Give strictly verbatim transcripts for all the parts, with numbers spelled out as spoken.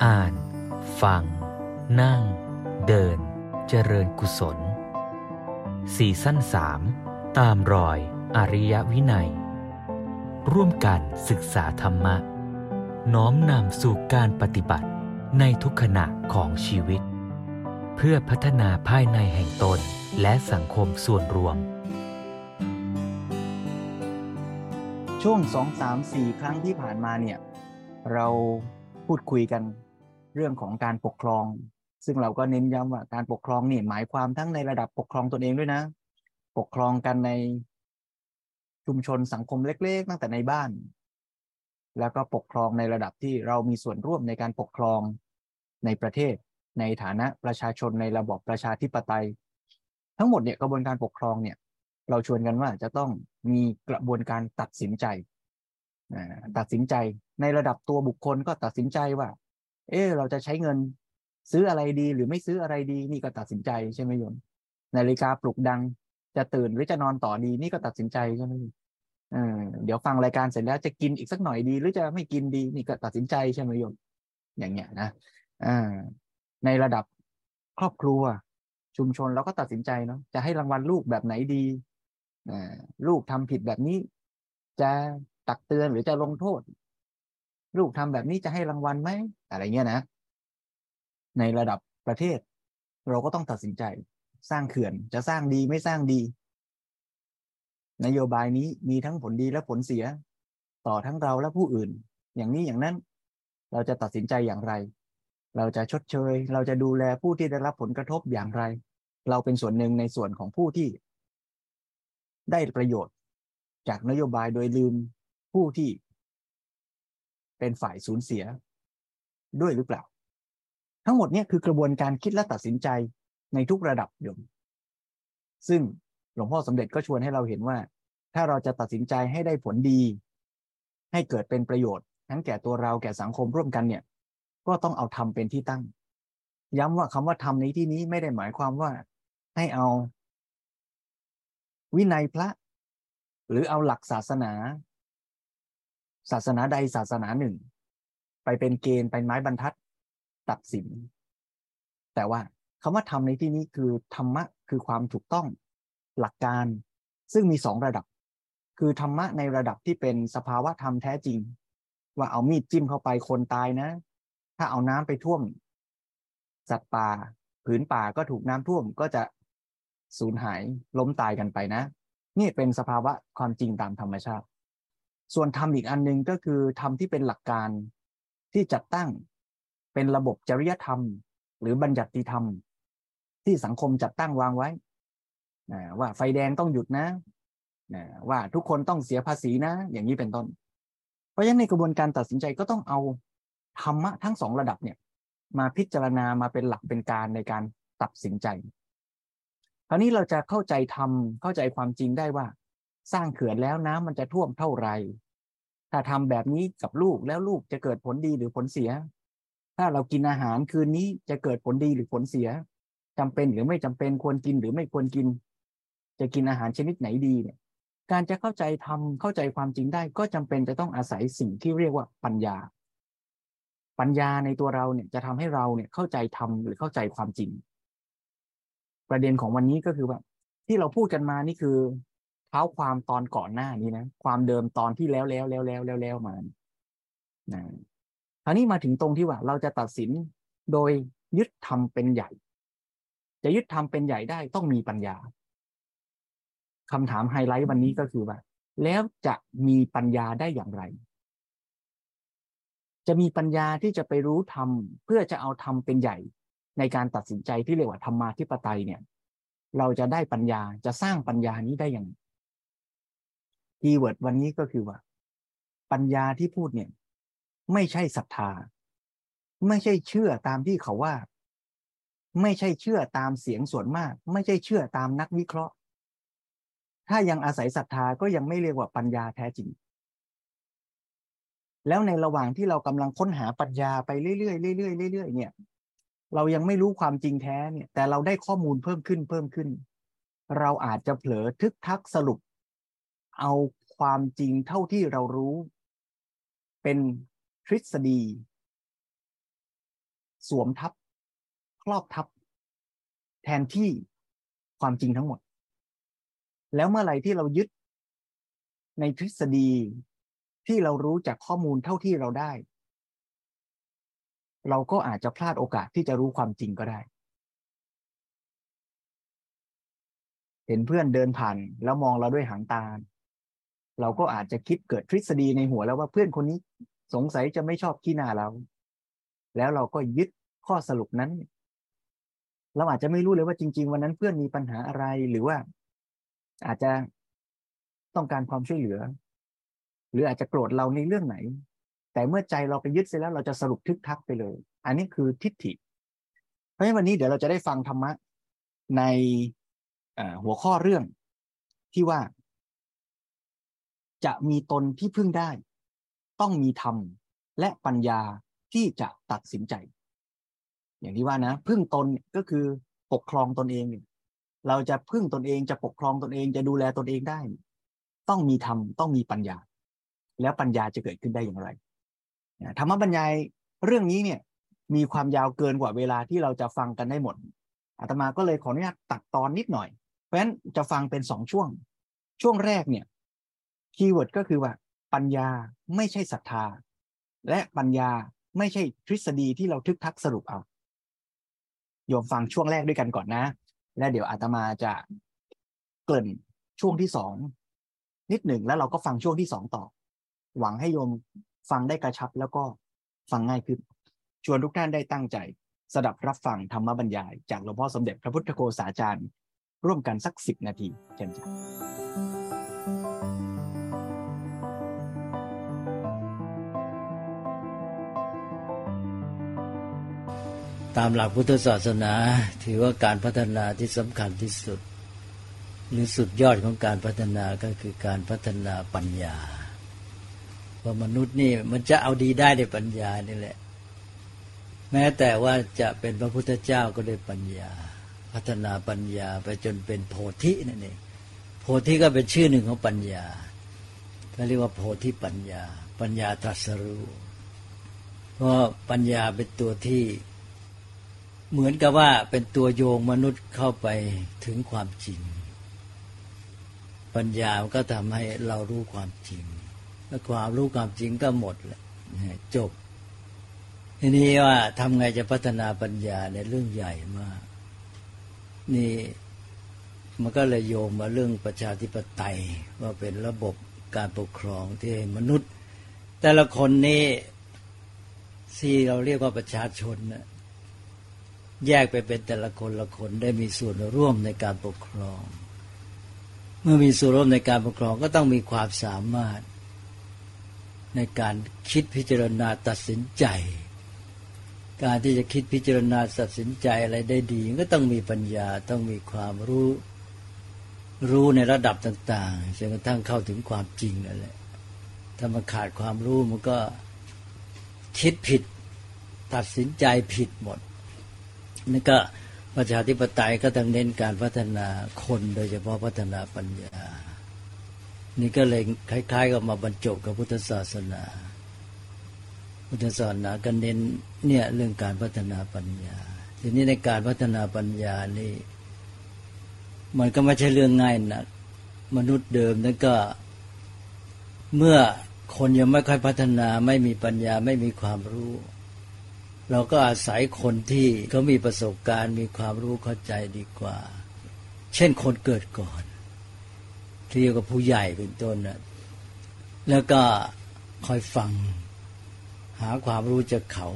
อ่านฟังนั่งเดินเจริญกุศลซีซั่นสามตามรอยอริยวินัยร่วมกันศึกษาธรรมะน้อมนำสู่การปฏิบัติในทุกขณะของชีวิตเพื่อพัฒนาภายในแห่งตนและสังคมส่วนรวมช่วงสองสามสี่ครั้งที่ผ่านมาเนี่ยเราพูดคุยกันเรื่องของการปกครองซึ่งเราก็เน้นย้ำว่าการปกครองนี่หมายความทั้งในระดับปกครองตนเองด้วยนะปกครองกันในชุมชนสังคมเล็กๆตั้งแต่ในบ้านแล้วก็ปกครองในระดับที่เรามีส่วนร่วมในการปกครองในประเทศในฐานะประชาชนในระบอบประชาธิปไตยทั้งหมดเนี่ยกระบวนการปกครองเนี่ยเราชวนกันว่าจะต้องมีกระบวนการตัดสินใจตัดสินใจในระดับตัวบุคคลก็ตัดสินใจว่าเออเราจะใช้เงินซื้ออะไรดีหรือไม่ซื้ออะไรดีนี่ก็ตัดสินใจใช่ไหมโยมนาฬิกาปลุกดังจะตื่นหรือจะนอนต่อดีนี่ก็ตัดสินใจใช่ไหมเออเดี๋ยวฟังรายการเสร็จแล้วจะกินอีกสักหน่อยดีหรือจะไม่กินดีนี่ก็ตัดสินใจใช่ไหมโยมอย่างเงี้ยนะอ่าในระดับครอบครัวชุมชนเราก็ตัดสินใจเนาะจะให้รางวัลลูกแบบไหนดีอ่าลูกทำผิดแบบนี้จะตักเตือนหรือจะลงโทษลูกทำแบบนี้จะให้รางวัลไหมอะไรเงี้ยนะในระดับประเทศเราก็ต้องตัดสินใจสร้างเขื่อนจะสร้างดีไม่สร้างดีนโยบายนี้มีทั้งผลดีและผลเสียต่อทั้งเราและผู้อื่นอย่างนี้อย่างนั้นเราจะตัดสินใจอย่างไรเราจะชดเชยเราจะดูแลผู้ที่ได้รับผลกระทบอย่างไรเราเป็นส่วนหนึ่งในส่วนของผู้ที่ได้ประโยชน์จากนโยบายโดยลืมผู้ที่เป็นฝ่ายสูญเสียด้วยหรือเปล่าทั้งหมดนี้คือกระบวนการคิดและตัดสินใจในทุกระดับโยมซึ่งหลวงพ่อสมเด็จก็ชวนให้เราเห็นว่าถ้าเราจะตัดสินใจให้ได้ผลดีให้เกิดเป็นประโยชน์ทั้งแก่ตัวเราแก่สังคมร่วมกันเนี่ยก็ต้องเอาธรรมเป็นที่ตั้งย้ำว่าคำว่าธรรมในที่นี้ไม่ได้หมายความว่าให้เอาวินัยพระหรือเอาหลักศาสนาศาสนาใดศาสนาหนึ่งไปเป็นเกณฑ์เป็นไม้บรรทัดตัดสินแต่ว่าคำว่าธรรมในที่นี้คือธรรมะคือความถูกต้องหลักการซึ่งมีสองระดับคือธรรมะในระดับที่เป็นสภาวะธรรมแท้จริงว่าเอามีดจิ้มเข้าไปคนตายนะถ้าเอาน้ำไปท่วมสัตว์ป่าผืนป่าก็ถูกน้ำท่วมก็จะสูญหายล้มตายกันไปนะนี่เป็นสภาวะความจริงตามธรรมชาติส่วนธรรมอีกอันนึงก็คือธรรมที่เป็นหลักการที่จัดตั้งเป็นระบบจริยธรรมหรือบัญญัติธรรมที่สังคมจัดตั้งวางไว้ว่าไฟแดงต้องหยุดนะว่าทุกคนต้องเสียภาษีนะอย่างนี้เป็นต้นเพราะฉะนั้นในกระบวนการตัดสินใจก็ต้องเอาธรรมะทั้งสองระดับเนี่ยมาพิจารณามาเป็นหลักเป็นการในการตัดสินใจคราวนี้เราจะเข้าใจธรรมเข้าใจความจริงได้ว่าสร้างเขื่อนแล้วน้ำมันจะท่วมเท่าไหร่ถ้าทำแบบนี้กับลูกแล้วลูกจะเกิดผลดีหรือผลเสียถ้าเรากินอาหารคืนนี้จะเกิดผลดีหรือผลเสียจำเป็นหรือไม่จำเป็นควรกินหรือไม่ควรกินจะกินอาหารชนิดไหนดีเนี่ยการจะเข้าใจธรรมเข้าใจความจริงได้ก็จำเป็นจะต้องอาศัยสิ่งที่เรียกว่าปัญญาปัญญาในตัวเราเนี่ยจะทำให้เราเนี่ยเข้าใจธรรมหรือเข้าใจความจริงประเด็นของวันนี้ก็คือว่าที่เราพูดกันมานี่คือเท้าความตอนก่อนหน้านี้นะความเดิมตอนที่แล้วแล้วแล้วแล้วแล้วแล้วมานะคราวนี้มาถึงตรงที่ว่าเราจะตัดสินโดยยึดธรรมเป็นใหญ่จะยึดธรรมเป็นใหญ่ได้ต้องมีปัญญาคำถามไฮไลท์วันนี้ก็คือว่าแล้วจะมีปัญญาได้อย่างไรจะมีปัญญาที่จะไปรู้ธรรมเพื่อจะเอาธรรมเป็นใหญ่ในการตัดสินใจที่เรียกว่าธรรมาธิปไตยเนี่ยเราจะได้ปัญญาจะสร้างปัญญานี้ได้อย่างคีย์เวิร์ดวันนี้ก็คือว่าปัญญาที่พูดเนี่ยไม่ใช่ศรัทธาไม่ใช่เชื่อตามที่เขาว่าไม่ใช่เชื่อตามเสียงส่วนมากไม่ใช่เชื่อตามนักวิเคราะห์ถ้ายังอาศัยศรัทธาก็ยังไม่เรียกว่าปัญญาแท้จริงแล้วในระหว่างที่เรากำลังค้นหาปัญญาไปเรื่อยๆเรื่อยๆเรื่อยๆเนี่ยเรายังไม่รู้ความจริงแท้เนี่ยแต่เราได้ข้อมูลเพิ่มขึ้นเพิ่มขึ้นเราอาจจะเผลอทึกทักสรุปเอาความจริงเท่าที่เรารู้เป็นทฤษฎีสวมทับครอบทับแทนที่ความจริงทั้งหมดแล้วเมื่อไหร่ที่เรายึดในทฤษฎีที่เรารู้จากข้อมูลเท่าที่เราได้เราก็อาจจะพลาดโอกาสที่จะรู้ความจริงก็ได้เห็นเพื่อนเดินผ่านแล้วมองเราด้วยหางตาเราก็อาจจะคิดเกิดทฤษฎีในหัวแล้วว่าเพื่อนคนนี้สงสัยจะไม่ชอบขี้หน้าเราแล้วเราก็ยึดข้อสรุปนั้นเราอาจจะไม่รู้เลยว่าจริงๆวันนั้นเพื่อนมีปัญหาอะไรหรือว่าอาจจะต้องการความช่วยเหลือหรืออาจจะโกรธเราในเรื่องไหนแต่เมื่อใจเราไปยึดเสร็จแล้วเราจะสรุปทึกทักไปเลยอันนี้คือทิฏฐิเพราะฉะนั้นวันนี้เดี๋ยวเราจะได้ฟังธรรมะในหัวข้อเรื่องที่ว่าจะมีตนที่พึ่งได้ต้องมีธรรมและปัญญาที่จะตัดสินใจอย่างที่ว่านะพึ่งตนก็คือปกครองตนเองเราจะพึ่งตนเองจะปกครองตนเองจะดูแลตนเองได้ต้องมีธรรมต้องมีปัญญาแล้วปัญญาจะเกิดขึ้นได้อย่างไรธรรมบรรยายเรื่องนี้เนี่ยมีความยาวเกินกว่าเวลาที่เราจะฟังกันได้หมดอาตมาก็เลยขออนุญาตตัดตอนนิดหน่อยเพราะฉะนั้นจะฟังเป็นสองช่วงช่วงแรกเนี่ยคีย์เวิร์ดก็คือว่าปัญญาไม่ใช่ศรัทธาและปัญญาไม่ใช่ทฤษฎีที่เราทึกทักสรุปเอาโยมฟังช่วงแรกด้วยกันก่อนนะและเดี๋ยวอาตมาจะเกริ่นช่วงที่สองนิดหนึ่งแล้วเราก็ฟังช่วงที่สองต่อหวังให้โยมฟังได้กระชับแล้วก็ฟังง่ายขึ้นชวนทุกท่านได้ตั้งใจสดับรับฟังธรรมบรรยายจากหลวงพ่อสมเด็จพระพุทธโฆษาจารย์ร่วมกันสักสิบนาทีเช่นกันตามหลักพุทธศาสนาถือว่าการพัฒนาที่สำคัญที่สุดหรือสุดยอดของการพัฒนาก็คือการพัฒนาปัญญาเพราะมนุษย์นี่มันจะเอาดีได้ด้วยปัญญานี่แหละแม้แต่ว่าจะเป็นพระพุทธเจ้าก็ด้วยปัญญาพัฒนาปัญญาไปจนเป็นโพธินั่นเองโพธิก็เป็นชื่อหนึ่งของปัญญาเขาเรียกว่าโพธิปัญญาปัญญาตรัสรู้เพราะปัญญาเป็นตัวที่เหมือนกับว่าเป็นตัวโยงมนุษย์เข้าไปถึงความจริงปัญญาก็ทำให้เรารู้ความจริงแล้วความรู้ความจริงก็หมดแล้วจบทีนี้ว่าทำไงจะพัฒนาปัญญาในเรื่องใหญ่มากนี่มันก็เลยโยงมาเรื่องประชาธิปไตยว่าเป็นระบบการปกครองที่มนุษย์แต่ละคนนี่ที่เราเรียกว่าประชาชนนะแยกไปเป็นแต่ละคนละคนได้มีส่วนร่วมในการปกครองเมื่อมีส่วนร่วมในการปกครองก็ต้องมีความสามารถในการคิดพิจารณาตัดสินใจการที่จะคิดพิจารณาตัดสินใจอะไรได้ดีก็ต้องมีปัญญาต้องมีความรู้รู้ในระดับต่างๆจนกระทั่งเข้าถึงความจริงนั่นแหละถ้ามันขาดความรู้มันก็คิดผิดตัดสินใจผิดหมดนี่ก็ประชาธิปไตยก็ต้องเน้นการพัฒนาคนโดยเฉพาะพัฒนาปัญญานี่ก็เลยคล้ายๆกับมาบรรจบกับพุทธศาสนาพุทธศาสนาก็เน้นเนี่ยเรื่องการพัฒนาปัญญาทีนี้ในการพัฒนาปัญญานี่มันก็ไม่ใช่เรื่องง่ายนะมนุษย์เดิมนั่นก็เมื่อคนยังไม่ค่อยพัฒนาไม่มีปัญญาไม่มีความรู้เราก็อาศัยคนที่เขามีประสบการณ์มีความรู้เข้าใจดีกว่าเช่นคนเกิดก่อนที่เรียกว่าผู้ใหญ่เป็นต้นนะแล้วก็คอยฟังหาความรู้จากเขา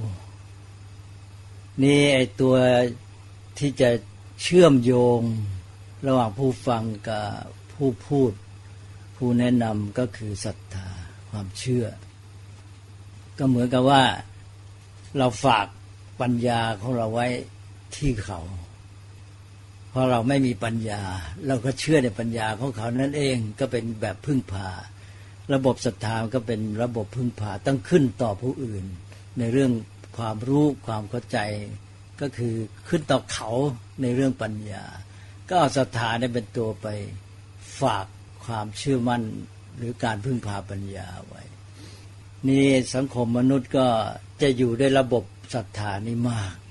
นี่ไอ้ตัวที่จะเชื่อมโยงระหว่างผู้ฟังกับผู้พูดผู้แนะนำก็คือศรัทธาความเชื่อก็เหมือนกับว่าเราฝากปัญญาของเราไว้ที่เขาเพราะเราไม่มีปัญญาเราก็เชื่อในปัญญาของเขานั่นเองก็เป็นแบบพึ่งพาระบบศรัทธาก็เป็นระบบพึ่งพาต้องขึ้นต่อผู้อื่นในเรื่องความรู้ความเข้าใจก็คือขึ้นต่อเขาในเรื่องปัญญาก็เอาศรัทธาได้เป็นตัวไปฝากความเชื่อมั่นหรือการพึ่งพาปัญญาไว้นี่สังคมมนุษย์ก็จะอยู่ด้วยระบบศรัทธานี่มาก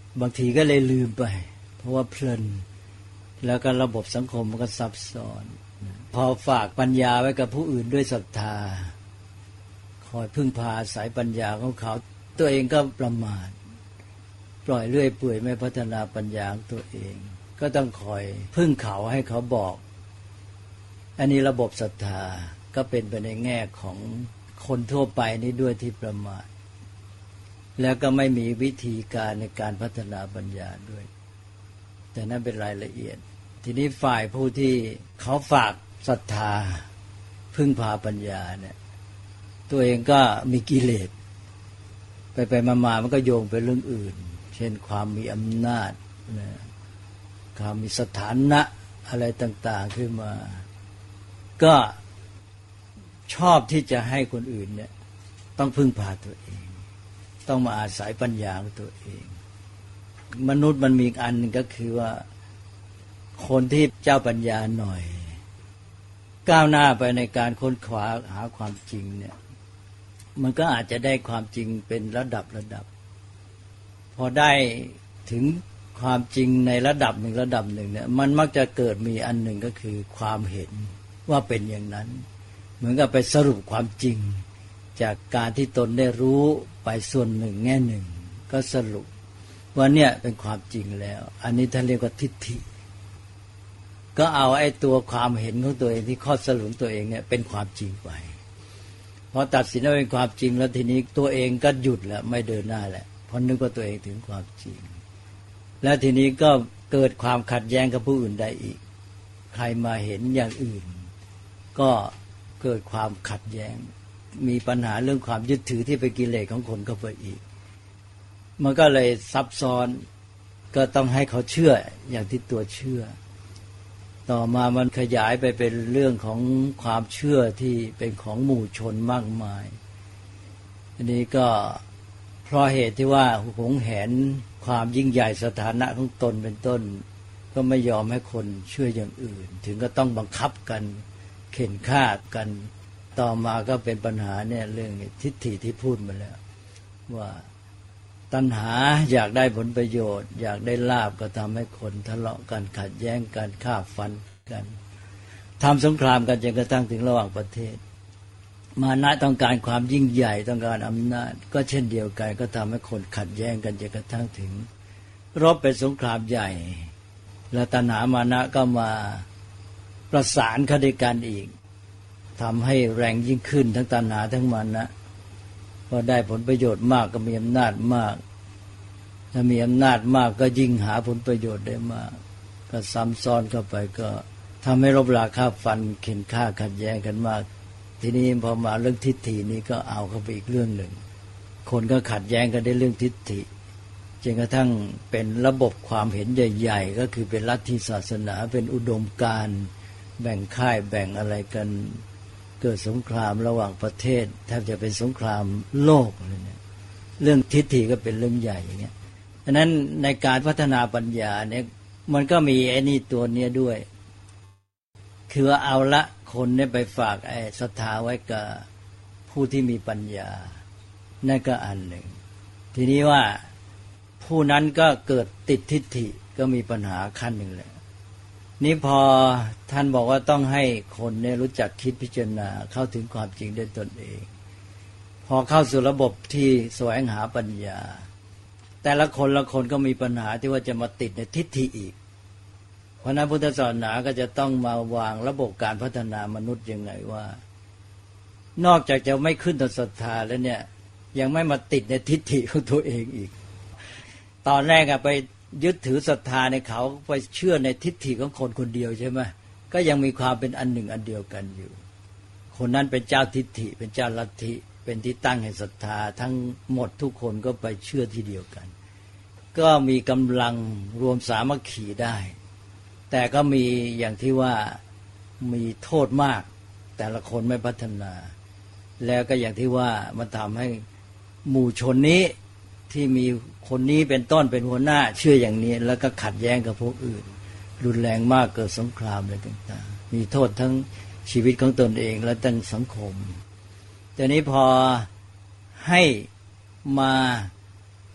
บางทีก็เลยลืมไปเพราะว่าเพลินแล้วก็ระบบสังคมมันก็ซับซ้อนพอฝากปัญญาไว้กับผู้อื่นด้วยศรัทธาคอยพึ่งพาสายปัญญาของเขาตัวเองก็ประมาทปล่อยเรื่อยเปื่อยไม่พัฒนาปัญญาของตัวเองก็ต้องคอยพึ่งเขาให้เขาบอกอันนี้ระบบศรัทธาก็เป็นไปในแง่ของคนทั่วไปนี้ด้วยที่ประมาทแล้วก็ไม่มีวิธีการในการพัฒนาปัญญาด้วยแต่นั่นเป็นรายละเอียดทีนี้ฝ่ายผู้ที่เขาฝากศรัทธาพึ่งพาปัญญาเนี่ยตัวเองก็มีกิเลสไปไปมาๆมันก็โยงไปเรื่องอื่นเช่นความมีอำนาจนะความมีสถานะอะไรต่างๆขึ้นมาก็ชอบที่จะให้คนอื่นเนี่ยต้องพึ่งพาตัวเองต้องมาอาศัยปัญญาของตัวเองมนุษย์มันมีอีกอันนึงก็คือว่าคนที่เจ้าปัญญาหน่อยก้าวหน้าไปในการค้นคว้าหาความจริงเนี่ยมันก็อาจจะได้ความจริงเป็นระดับระดับพอได้ถึงความจริงในระดับหนึ่งระดับหนึ่งเนี่ยมันมักจะเกิดมีอันหนึ่งก็คือความเห็นว่าเป็นอย่างนั้นเหมือนกับไปสรุปความจริงจากการที่ตนได้รู้ไปส่วนหนึ่งแง่หนึ่งก็สรุปว่าเนี่ยเป็นความจริงแล้วอันนี้ท่านเรียกว่าทิฏฐิก็เอาไอ้ตัวความเห็นของตัวเองที่ข้อสรุปตัวเองเนี่ยเป็นความจริงไปพอตัดสินว่าเป็นความจริงแล้วทีนี้ตัวเองก็หยุดแล้วไม่เดินหน้าแล้วเพราะนึกว่าตัวเองถึงความจริงแล้วทีนี้ก็เกิดความขัดแย้งกับผู้อื่นได้อีกใครมาเห็นอย่างอื่นก็เกิดความขัดแย้งมีปัญหาเรื่องความยึดถือที่เป็นกิเลสของคนเข้าไปอีกมันก็เลยซับซ้อนก็ต้องให้เขาเชื่ออย่างที่ตัวเชื่อต่อมามันขยายไปเป็นเรื่องของความเชื่อที่เป็นของหมู่ชนมากมายอันนี้ก็เพราะเหตุที่ว่าหวงแหนความยิ่งใหญ่สถานะของตนเป็นต้นก็ไม่ยอมให้คนเชื่ออย่างอื่นถึงก็ต้องบังคับกันเข็นฆ่ากันต่อมาก็เป็นปัญหาเนี่ยเรื่องทิฏฐิที่พูดมาแล้วว่าตัณหาอยากได้ผลประโยชน์อยากได้ลาภก็ทำให้คนทะเลาะกันขัดแย้งกันฆ่าฟันกันทำสงครามกันจนกระทั่งถึงระหว่างประเทศมานะต้องการความยิ่งใหญ่ต้องการอำนาจก็เช่นเดียวกันก็ทำให้คนขัดแย้งกันจนกระทั่งถึงรบเป็นสงครามใหญ่แล้วตัณหามานะก็มาประสานเข้าด้วยกันอีกทำให้แรงยิ่งขึ้นทั้งตัณหาทั้งมานะพอได้ผลประโยชน์มากก็มีอำนาจมากถ้ามีอำนาจมากก็ยิ่งหาผลประโยชน์ได้มากก็ซ้ำซ้อนเข้าไปก็ทำให้รบราฆ่าฟันเข็นฆ่าขัดแย้งกันมากทีนี้พอมาเรื่องทิฏฐินี้ก็เอาเข้าไปอีกเรื่องหนึ่งคนก็ขัดแย้งกันได้เรื่องทิฏฐิจนกระทั่งเป็นระบบความเห็นใหญ่ๆก็คือเป็นลัทธิศาสนาเป็นอุดมการณ์แบ่งค่ายแบ่งอะไรกันเกิดสงครามระหว่างประเทศแทบจะเป็นสงครามโลกเลยเนี่ยเรื่องทิฏฐิก็เป็นเรื่องใหญ่อย่างเงี้ยฉะนั้นในการพัฒนาปัญญาเนี่ยมันก็มีไอ้นี่ตัวเนี้ยด้วยคือว่าเอาละคนเนี่ยไปฝากไอ้ศรัทธาไว้กับผู้ที่มีปัญญานั่นก็อันหนึ่งทีนี้ว่าผู้นั้นก็เกิดติดทิฏฐิก็มีปัญหาขั้นหนึ่งเลยนี่พอท่านบอกว่าต้องให้คนเนี่ยรู้จักคิดพิจารณาเข้าถึงความจริงด้วยตนเองพอเข้าสู่ระบบที่แสวงหาปัญญาแต่ละคนละคนก็มีปัญหาที่ว่าจะมาติดในทิฏฐิอีกเพราะนั้นพุทธศาสนาก็จะต้องมาวางระบบการพัฒนามนุษย์ยังไงว่านอกจากจะไม่ขึ้นต่อศรัทธาแล้วเนี่ยยังไม่มาติดในทิฏฐิของตัวเองอีกตอนแรกอะไปยึดถือศรัทธาในเขาไปเชื่อในทิฏฐิของคนคนเดียวใช่ไหมก็ยังมีความเป็นอันหนึ่งอันเดียวกันอยู่คนนั้นเป็นเจ้าทิฏฐิเป็นเจ้าลัทธิเป็นที่ตั้งแห่งศรัทธาทั้งหมดทุกคนก็ไปเชื่อที่เดียวกันก็มีกำลังรวมสามัคคีได้แต่ก็มีอย่างที่ว่ามีโทษมากแต่ละคนไม่พัฒนาแล้วก็อย่างที่ว่ามันทำให้หมู่ชนนี้ที่มีคนนี้เป็นต้นเป็นหัวหน้าเชื่ออย่างนี้แล้วก็ขัดแย้งกับพวกอื่นรุนแรงมากเกิดสงครามอะไรต่างๆมีโทษทั้งชีวิตของตนเองและทั้งสังคมแต่นี้พอให้มา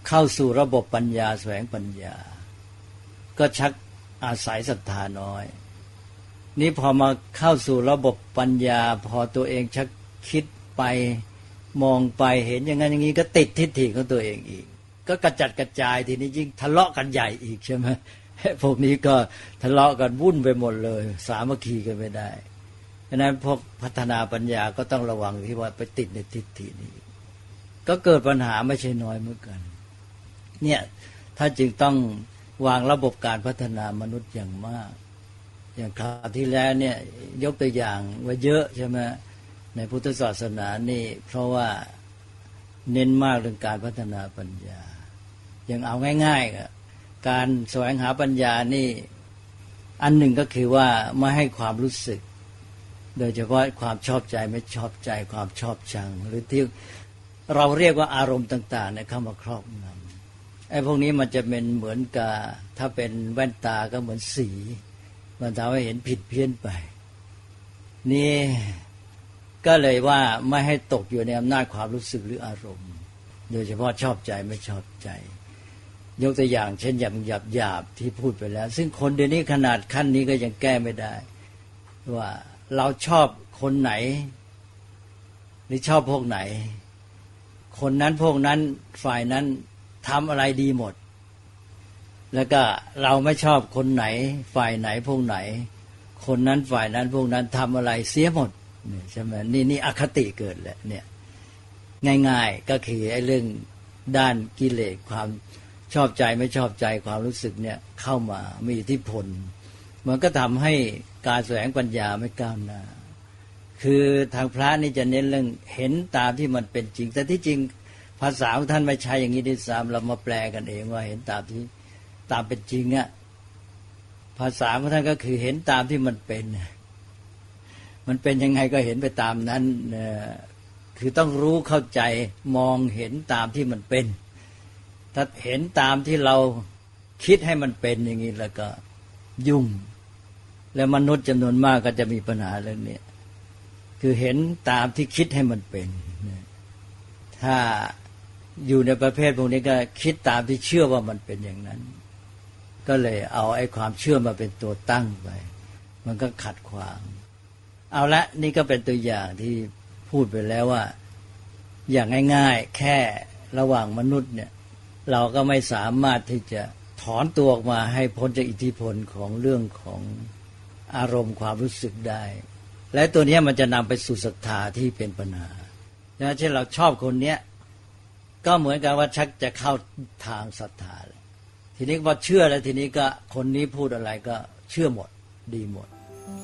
เข้าสู่ระบบปัญญาแสวงปัญญาก็ชักอาศัยศรัทธาน้อยนี่พอมาเข้าสู่ระบบปัญญาพอตัวเองชักคิดไปมองไปเห็นอย่างนั้นอย่างนี้ก็ติดทิฏฐิของตัวเองอีกก็กระจัดกระจายทีนี้ยิ่งทะเลาะกันใหญ่อีกใช่ไหมพวกนี้ก็ทะเลาะกันวุ่นไปหมดเลยสามัคคีกันไม่ได้ดังนั้นพวกพัฒนาปัญญาก็ต้องระวังที่ว่าไปติดในทิฏฐินี้ก็เกิดปัญหาไม่ใช่น้อยเหมือนกันเนี่ยถ้าจึงต้องวางระบบการพัฒนามนุษย์อย่างมากอย่างคราวที่แล้วเนี่ยยกตัวอย่างไว้เยอะใช่ไหมในพุทธศาสนานี่เพราะว่าเน้นมากเรื่องการพัฒนาปัญญาอย่างเอาง่ายๆการแสวงหาปัญญานี่อันหนึ่งก็คือว่าไม่ให้ความรู้สึกโดยเฉพาะความชอบใจไม่ชอบใจความชอบชังหรือที่เราเรียกว่าอารมณ์ต่างๆเนี่ยเข้ามาครอบงำไอ้พวกนี้มันจะเป็นเหมือนกับถ้าเป็นแว่นตาก็เหมือนสีมันทำให้เห็นผิดเพี้ยนไปนี่ก็เลยว่าไม่ให้ตกอยู่ในอำนาจความรู้สึกหรืออารมณ์โดยเฉพาะชอบใจไม่ชอบใจยกตัวอย่างเช่นอย่างหยาบๆที่พูดไปแล้วซึ่งคนเดี๋ยวนี้ขนาดขั้นนี้ก็ยังแก้ไม่ได้ว่าเราชอบคนไหนหรือชอบพวกไหนคนนั้นพวกนั้นฝ่ายนั้นทำอะไรดีหมดแล้วก็เราไม่ชอบคนไหนฝ่ายไหนพวกไหนคนนั้นฝ่ายนั้นพวกนั้นทำอะไรเสียหมดใช่ไหมนี่นี่อคติเกิดแหละเนี่ยง่ายๆก็คือไอ้เรื่องด้านกิเลสความชอบใจไม่ชอบใจความรู้สึกเนี่ยเข้ามามีอิทธิพลมันก็ทำให้การแสวงปัญญาไม่ก้าวหน้าคือทางพระนี่จะเน้นเรื่องเห็นตามที่มันเป็นจริงแต่ที่จริงภาษาของท่านไม่ใช่อย่างนี้ด้วยซ้ำเรามาแปลกันเองว่าเห็นตามที่ตามเป็นจริงอะภาษาของท่านก็คือเห็นตามที่มันเป็นมันเป็นยังไงก็เห็นไปตามนั้นคือต้องรู้เข้าใจมองเห็นตามที่มันเป็นถ้าเห็นตามที่เราคิดให้มันเป็นอย่างนี้แล้วก็ยุ่งแล้วมนุษย์จำนวนมากก็จะมีปัญหาเรื่องนี้คือเห็นตามที่คิดให้มันเป็นถ้าอยู่ในประเภทพวกนี้ก็คิดตามที่เชื่อว่ามันเป็นอย่างนั้นก็เลยเอาไอ้ความเชื่อมาเป็นตัวตั้งไปมันก็ขัดขวางเอาละนี่ก็เป็นตัวอย่างที่พูดไปแล้วว่าอย่างง่ายๆแค่ระหว่างมนุษย์เนี่ยเราก็ไม่สามารถที่จะถอนตัวออกมาให้พ้นจากอิทธิพลของเรื่องของอารมณ์ความรู้สึกได้และตัวนี้มันจะนำไปสู่ศรัทธาที่เป็นปัญหาเช่นเราชอบคนเนี้ยก็เหมือนกันว่าชักจะเข้าทางศรัทธาเลยทีนี้พอเชื่อแล้วทีนี้ก็คนนี้พูดอะไรก็เชื่อหมดดีหมด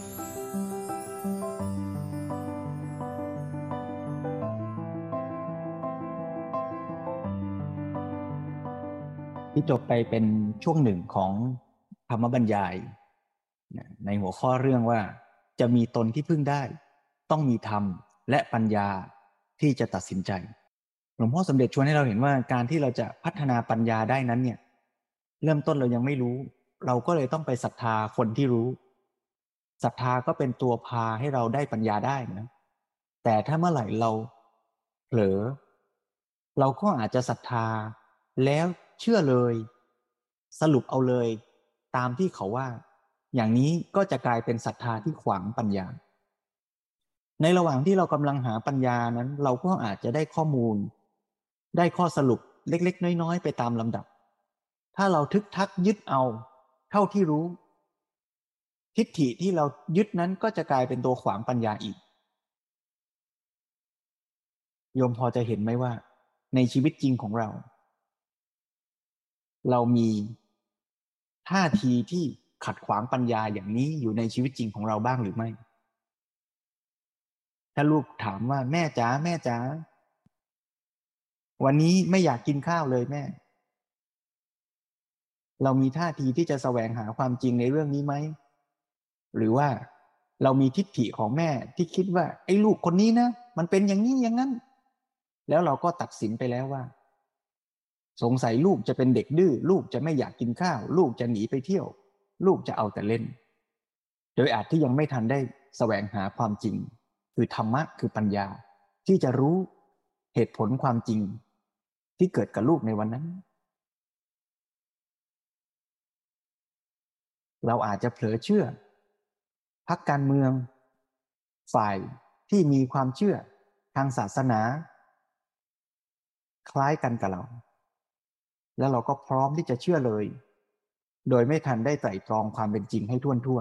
ที่จบไปเป็นช่วงหนึ่งของธรรมบรรยายในหัวข้อเรื่องว่าจะมีตนที่พึ่งได้ต้องมีธรรมและปัญญาที่จะตัดสินใจหลวงพ่อสมเด็จชวนให้เราเห็นว่าการที่เราจะพัฒนาปัญญาได้นั้นเนี่ยเริ่มต้นเรายังไม่รู้เราก็เลยต้องไปศรัทธาคนที่รู้ศรัทธาก็เป็นตัวพาให้เราได้ปัญญาได้นะแต่ถ้าเมื่อไหร่เราเผลอเราก็อาจจะศรัทธาแล้วเชื่อเลยสรุปเอาเลยตามที่เขาว่าอย่างนี้ก็จะกลายเป็นศรัทธาที่ขวางปัญญาในระหว่างที่เรากำลังหาปัญญานั้นเราก็อาจจะได้ข้อมูลได้ข้อสรุปเล็กๆน้อยๆไปตามลำดับถ้าเราทึกทักยึดเอาเท่าที่รู้ทิฏฐิที่เรายึดนั้นก็จะกลายเป็นตัวขวางปัญญาอีกโยมพอจะเห็นไหมว่าในชีวิตจริงของเราเรามีท่าทีที่ขัดขวางปัญญาอย่างนี้อยู่ในชีวิตจริงของเราบ้างหรือไม่ถ้าลูกถามว่าแม่จ๋าแม่จ๋าวันนี้ไม่อยากกินข้าวเลยแม่เรามีท่าทีที่จะแสวงหาความจริงในเรื่องนี้ไหมหรือว่าเรามีทิฏฐิของแม่ที่คิดว่าไอ้ลูกคนนี้นะมันเป็นอย่างนี้อย่างนั้นแล้วเราก็ตัดสินไปแล้วว่าสงสัยลูกจะเป็นเด็กดื้อลูกจะไม่อยากกินข้าวลูกจะหนีไปเที่ยวลูกจะเอาแต่เล่นโดยอาจที่ยังไม่ทันได้แสวงหาความจริงคือธรรมะคือปัญญาที่จะรู้เหตุผลความจริงที่เกิดกับลูกในวันนั้นเราอาจจะเผลอเชื่อพรรคการเมืองฝ่ายที่มีความเชื่อทางศาสนาคล้ายกันกับเราแล้วเราก็พร้อมที่จะเชื่อเลยโดยไม่ทันได้ไตร่ตรองความเป็นจริงให้ท่วนทั่ว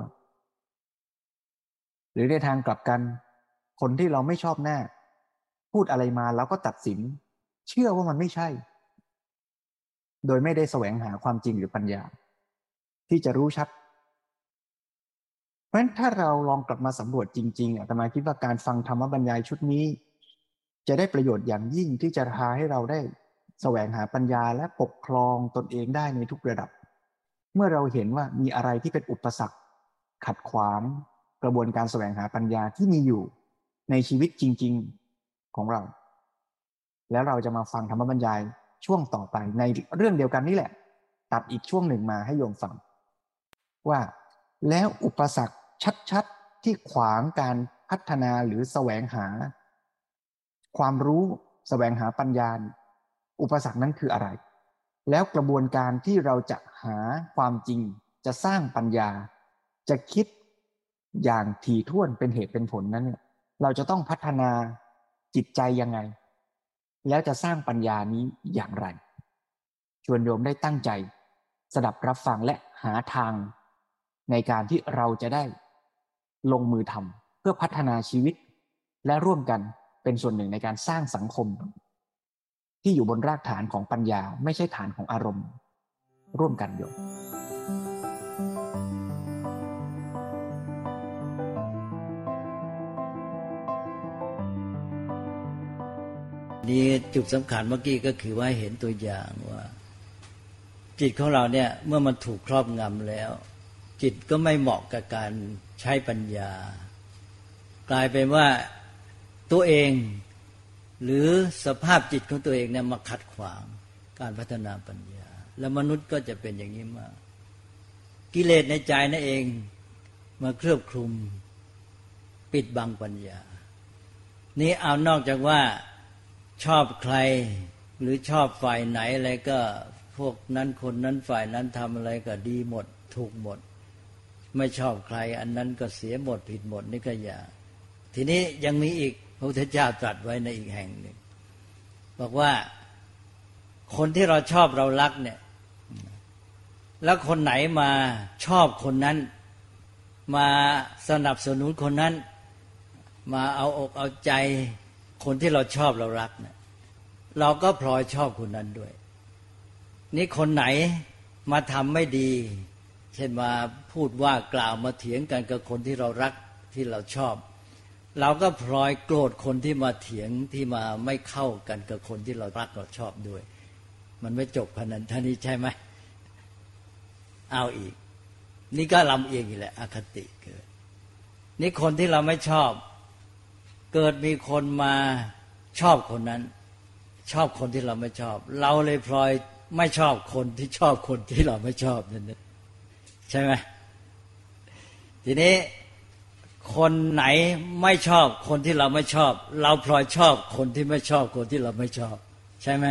หรือในทางกลับกันคนที่เราไม่ชอบหน้าพูดอะไรมาเราก็ตัดสินเชื่อว่ามันไม่ใช่โดยไม่ได้แสวงหาความจริงหรือปัญญาที่จะรู้ชัดเพราะฉะนั้นถ้าเราลองกลับมาสำรวจจริงๆอาตมาคิดว่าการฟังธรรมบรรยายชุดนี้จะได้ประโยชน์อย่างยิ่งที่จะพาให้เราได้แสวงหาปัญญาและปกครองตนเองได้ในทุกระดับเมื่อเราเห็นว่ามีอะไรที่เป็นอุปสรรคขัดขวางกระบวนการแสวงหาปัญญาที่มีอยู่ในชีวิตจริงๆของเราแล้วเราจะมาฟังธรรมบรรยายช่วงต่อไปในเรื่องเดียวกันนี่แหละตัดอีกช่วงหนึ่งมาให้โยมฟังว่าแล้วอุปสรรคชัดๆที่ขวางการพัฒนาหรือแสวงหาความรู้แสวงหาปัญญาอุปสรรคนั้นคืออะไรแล้วกระบวนการที่เราจะหาความจริงจะสร้างปัญญาจะคิดอย่างถี่ถ้วนเป็นเหตุเป็นผลนั้นเนี่ยเราจะต้องพัฒนาจิตใจยังไงแล้วจะสร้างปัญญานี้อย่างไรชวนโยมได้ตั้งใจสดับรับฟังและหาทางในการที่เราจะได้ลงมือทำเพื่อพัฒนาชีวิตและร่วมกันเป็นส่วนหนึ่งในการสร้างสังคมที่อยู่บนรากฐานของปัญญาไม่ใช่ฐานของอารมณ์ร่วมกันโยมนี่จุดสำคัญเมื่อกี้ก็คือว่าเห็นตัวอย่างว่าจิตของเราเนี่ยเมื่อมันถูกครอบงำแล้วจิตก็ไม่เหมาะกับการใช้ปัญญากลายเป็นว่าตัวเองหรือสภาพจิตของตัวเองเนี่ยมาขัดขวางการพัฒนาปัญญาแล้วมนุษย์ก็จะเป็นอย่างนี้มากกิเลสในใจนั่นเองมาเคลือบคลุมปิดบังปัญญานี่เอานอกจากว่าชอบใครหรือชอบฝ่ายไหนอะไรก็พวกนั้นคนนั้นฝ่ายนั้นทำอะไรก็ดีหมดถูกหมดไม่ชอบใครอันนั้นก็เสียหมดผิดหมดนี่ก็อย่าทีนี้ยังมีอีกพระพุทธเจ้าตรัสไว้ในอีกแห่งหนึ่งบอกว่าคนที่เราชอบเรารักเนี่ยแล้วคนไหนมาชอบคนนั้นมาสนับสนุนคนนั้นมาเอาอกเอาใจคนที่เราชอบเรารักเนี่ยเราก็พลอยชอบคนนั้นด้วยนี่คนไหนมาทำไม่ดีเช่นมาพูดว่ากล่าวมาเถียงกันกับคนที่เรารักที่เราชอบเราก็พลอยโกรธคนที่มาเถียงที่มาไม่เข้ากันกับคนที่เรารักเราชอบด้วยมันไม่จบพนันท่านี้ใช่ไหมเอาอีกนี่ก็ลำเอียงอีกแหละอคติเกิดนี่คนที่เราไม่ชอบเกิดมีคนมาชอบคนนั้นชอบคนที่เราไม่ชอบเราเลยพลอยไม่ชอบคนที่ชอบคนที่เราไม่ชอบนั่นเองใช่ไหมทีนี้คนไหนไม่ชอบคนที่เราไม่ชอบเราพลอยชอบคนที่ไม่ชอบคนที่เราไม่ชอบใช่ไหม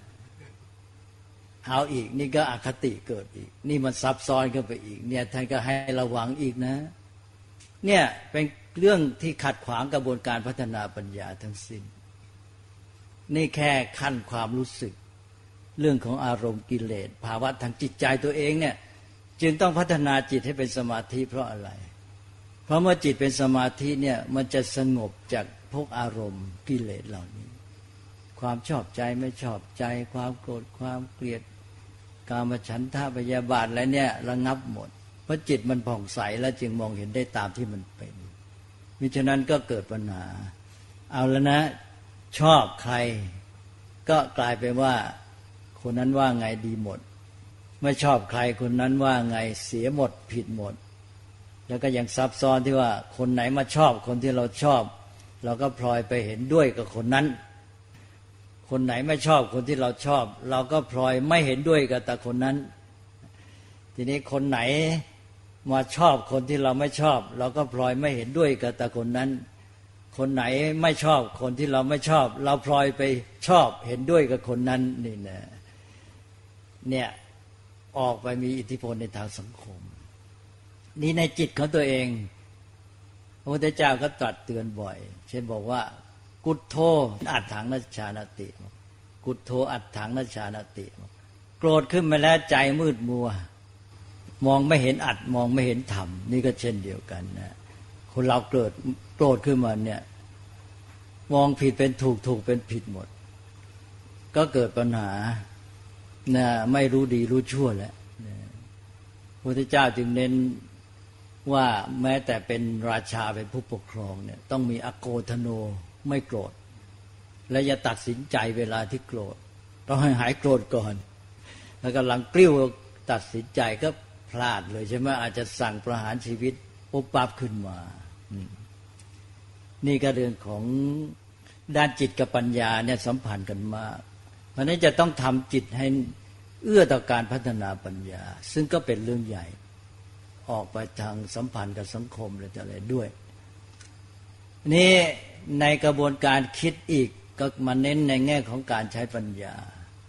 เอาอีกนี่ก็อคติเกิดอีกนี่มันซับซ้อนขึ้นไปอีกเนี่ยท่านก็ให้ระวังอีกนะเนี่ยเป็นเรื่องที่ขัดขวางกระบวนการพัฒนาปัญญาทั้งสิ้นนี่แค่ขั้นความรู้สึกเรื่องของอารมณ์กิเลสภาวะทางจิตใจตัวเองเนี่ยจึงต้องพัฒนาจิตให้เป็นสมาธิเพราะอะไรเพราะเมื่อจิตเป็นสมาธิเนี่ยมันจะสงบจากพวกอารมณ์กิเลสเหล่านี้ความชอบใจไม่ชอบใจความโกรธความเกลียดกามฉันทะพยาบาทอะไรเนี่ยระงับหมดเพราะจิตมันผ่องใสแล้วจึงมองเห็นได้ตามที่มันเป็นมิฉะนั้นก็เกิดปัญหาเอาแล้วนะชอบใครก็กลายเป็นว่าคนนั้นว่าไงดีหมดไม่ชอบใครคนนั้นว่าไงเสียหมดผิดหมดแล้วก็ยังซับซ้อนที่ว่าคนไหนมาชอบคนที่เราชอบเราก็พลอยไปเห็นด้วยกับคนนั้นคนไหนไม่ชอบคนที่เราชอบเราก็พลอยไม่เห็นด้วยกับแต่คนนั้นทีนี้คนไหนมาชอบคนที่เราไม่ชอบเราก็พลอยไม่เห็นด้วยกับแต่คนนั้นคนไหนไม่ชอบคนที่เราไม่ชอบเราพลอยไปชอบเห็นด้วยกับคนนั้นนี่นะเนี่ยออกไปมีอิทธิพลในทางสังคมนี่ในจิตของตัวเองพระพุทธเจ้าก็ตรัสเตือนบ่อยเช่นบอกว่ากุฏโธอัตถังนัชฌานติกุฏโธอัตถังนัชฌานติโกรธขึ้นมาแล้วใจมืดมัวมองไม่เห็นอัตมองไม่เห็นธรรมนี่ก็เช่นเดียวกันนะคนเราเกิดโกรธขึ้นมาเนี่ยมองผิดเป็นถูกถูกเป็นผิดหมดก็เกิดปัญหานะไม่รู้ดีรู้ชั่วแล้วนะพระพุทธเจ้าจึงเน้นว่าแม้แต่เป็นราชาเป็นผู้ปกครองเนี่ยต้องมีอโกทโนไม่โกรธและอย่าตัดสินใจเวลาที่โกรธต้องให้หายโกรธก่อนแล้วกำลังกลิ้วตัดสินใจก็พลาดเลยใช่ไหมอาจจะสั่งประหารชีวิตปุ๊บปั๊บขึ้นมานี่ก็เรื่องของด้านจิตกับปัญญาเนี่ยสัมพันธ์กันมากเพราะนั้นจะต้องทำจิตให้เอื้อต่อการพัฒนาปัญญาซึ่งก็เป็นเรื่องใหญ่ออกไปทางสัมพันธ์กับสังคมอะไรด้วยนี่ในกระบวนการคิดอีกก็มาเน้นในแง่ของการใช้ปัญญา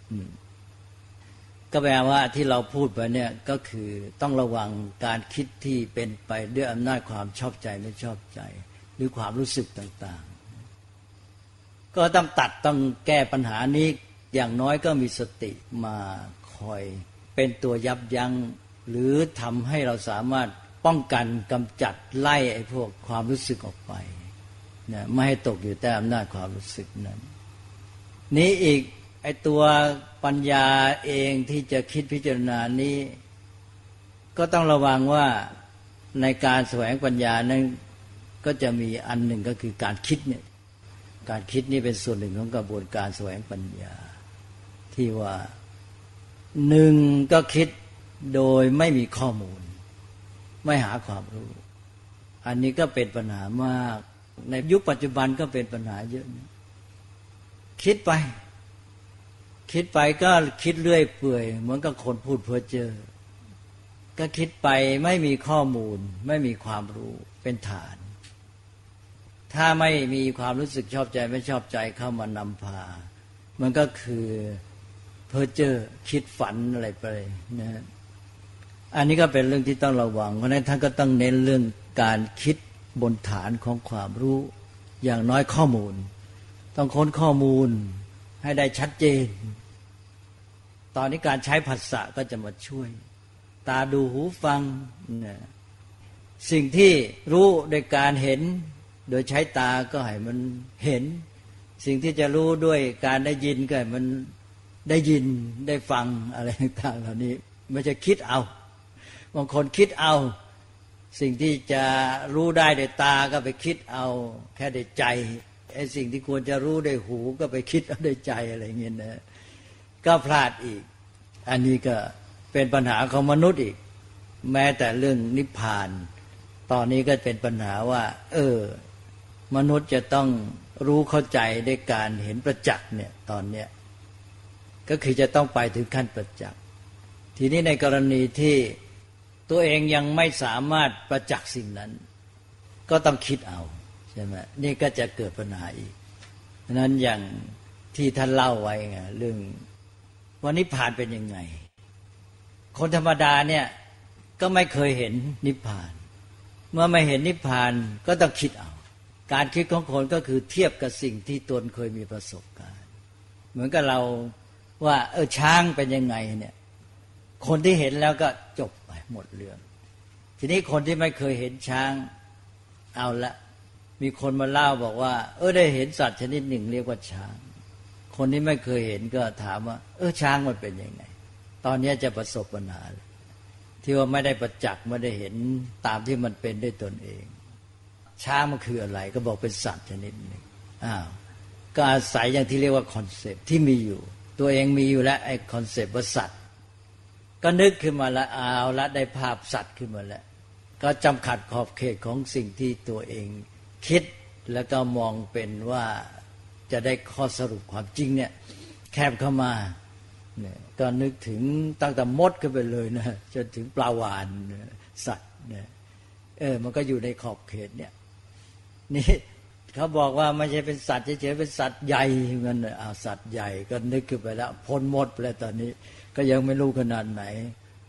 ก็แปลว่าที่เราพูดไปเนี่ยก็คือต้องระวังการคิดที่เป็นไปด้วยอำนาจความชอบใจไม่ชอบใจหรือความรู้สึกต่างๆก็ต้องตัดต้องแก้ปัญหานี้อย่างน้อยก็มีสติมาคอยเป็นตัวยับยั้งหรือทำให้เราสามารถป้องกันกำจัดไล่ไอ้พวกความรู้สึกออกไปนะไม่ให้ตกอยู่ใต้อำนาจความรู้สึกนั้นนี้อีกไอ้ตัวปัญญาเองที่จะคิดพิจารณานี้ก็ต้องระวังว่าในการแสวงปัญญานั้นก็จะมีอันหนึ่งก็คือการคิดเนี่ยการคิดนี่เป็นส่วนหนึ่งของกระบวนการแสวงปัญญาที่ว่าหนึ่งก็คิดโดยไม่มีข้อมูลไม่หาความรู้อันนี้ก็เป็นปัญหามากในยุคปัจจุบันก็เป็นปัญหาเยอะคิดไปคิดไปก็คิดเรื่อยเปื่อยเหมือนกับคนพูดเพ้อเจ้อก็คิดไปไม่มีข้อมูลไม่มีความรู้เป็นฐานถ้าไม่มีความรู้สึกชอบใจไม่ชอบใจเข้ามานำพามันก็คือเพ้อเจ้อคิดฝันอะไรไปนะอันนี้ก็เป็นเรื่องที่ต้องระวังเพราะฉะนั้นท่านก็ต้องเน้นเรื่องการคิดบนฐานของความรู้อย่างน้อยข้อมูลต้องค้นข้อมูลให้ได้ชัดเจนตอนนี้การใช้ภาษาก็จะมาช่วยตาดูหูฟังนะสิ่งที่รู้โดยการเห็นโดยใช้ตาก็ให้มันเห็นสิ่งที่จะรู้ด้วยการได้ยินก็ให้มันได้ยินได้ฟังอะไรต่างๆเหล่านี้ไม่ใช่คิดเอาบางคนคิดเอาสิ่งที่จะรู้ได้ด้วยตาก็ไปคิดเอาแค่ด้วยใจไอ้สิ่งที่ควรจะรู้ด้วยหูก็ไปคิดเอาด้วยใจอะไรเงี้ยนะก็พลาดอีกอันนี้ก็เป็นปัญหาของมนุษย์อีกแม้แต่เรื่องนิพพานตอนนี้ก็เป็นปัญหาว่าเออมนุษย์จะต้องรู้เข้าใจด้วยการเห็นประจักษ์เนี่ยตอนเนี้ยก็คือจะต้องไปถึงขั้นประจักษ์ทีนี้ในกรณีที่ตัวเองยังไม่สามารถประจักษ์สิ่งนั้นก็ต้องคิดเอาใช่ไหมนี่ก็จะเกิดปัญหาอีกฉะนั้นอย่างที่ท่านเล่าไว้ไงเรื่องว่านิพพานเป็นยังไงคนธรรมดาเนี่ยก็ไม่เคยเห็นนิพพานเมื่อไม่เห็นนิพพานก็ต้องคิดเอาการคิดของคนก็คือเทียบกับสิ่งที่ตนเคยมีประสบการณ์เหมือนกับเราว่าเออช้างเป็นยังไงเนี่ยคนที่เห็นแล้วก็จบไปหมดเรื่องทีนี้คนที่ไม่เคยเห็นช้างเอาละมีคนมาเล่าบอกว่าเออได้เห็นสัตว์ชนิดหนึ่งเรียกว่าช้างคนที่ไม่เคยเห็นก็ถามว่าเออช้างมันเป็นยังไงตอนนี้จะประสบปัญหาที่ว่าไม่ได้ประจักษ์ไม่ได้เห็นตามที่มันเป็นด้วยตนเองช้างมันคืออะไรก็บอกเป็นสัตว์ชนิดหนึ่งอ้าวก็อาศัยอย่างที่เรียกว่าคอนเซปต์ที่มีอยู่ตัวเองมีอยู่แล้วไอ้คอนเซปต์ว่าสัตว์ก็นึกขึ้นมาแล้วเอาละได้ภาพสัตว์ขึ้นมาแล้วก็จำกัดขอบเขตของสิ่งที่ตัวเองคิดแล้วก็มองเป็นว่าจะได้ข้อสรุปความจริงเนี่ยแคบเข้ามาเนี่ยก็นึกถึงตั้งแต่มดขึ้นไปเลยนะจนถึงปลาวาฬสัตว์เนี่ยเออมันก็อยู่ในขอบเขตเนี่ยนี่เขาบอกว่าไม่ใช่เป็นสัตว์เฉยๆเป็นสัตว์ใหญ่เหมือนกันอ้าวสัตว์ใหญ่ก็นึกขึ้นไปแล้วพ้นมดไปแล้วตอนนี้ก็ยังไม่รู้ขนาดไหน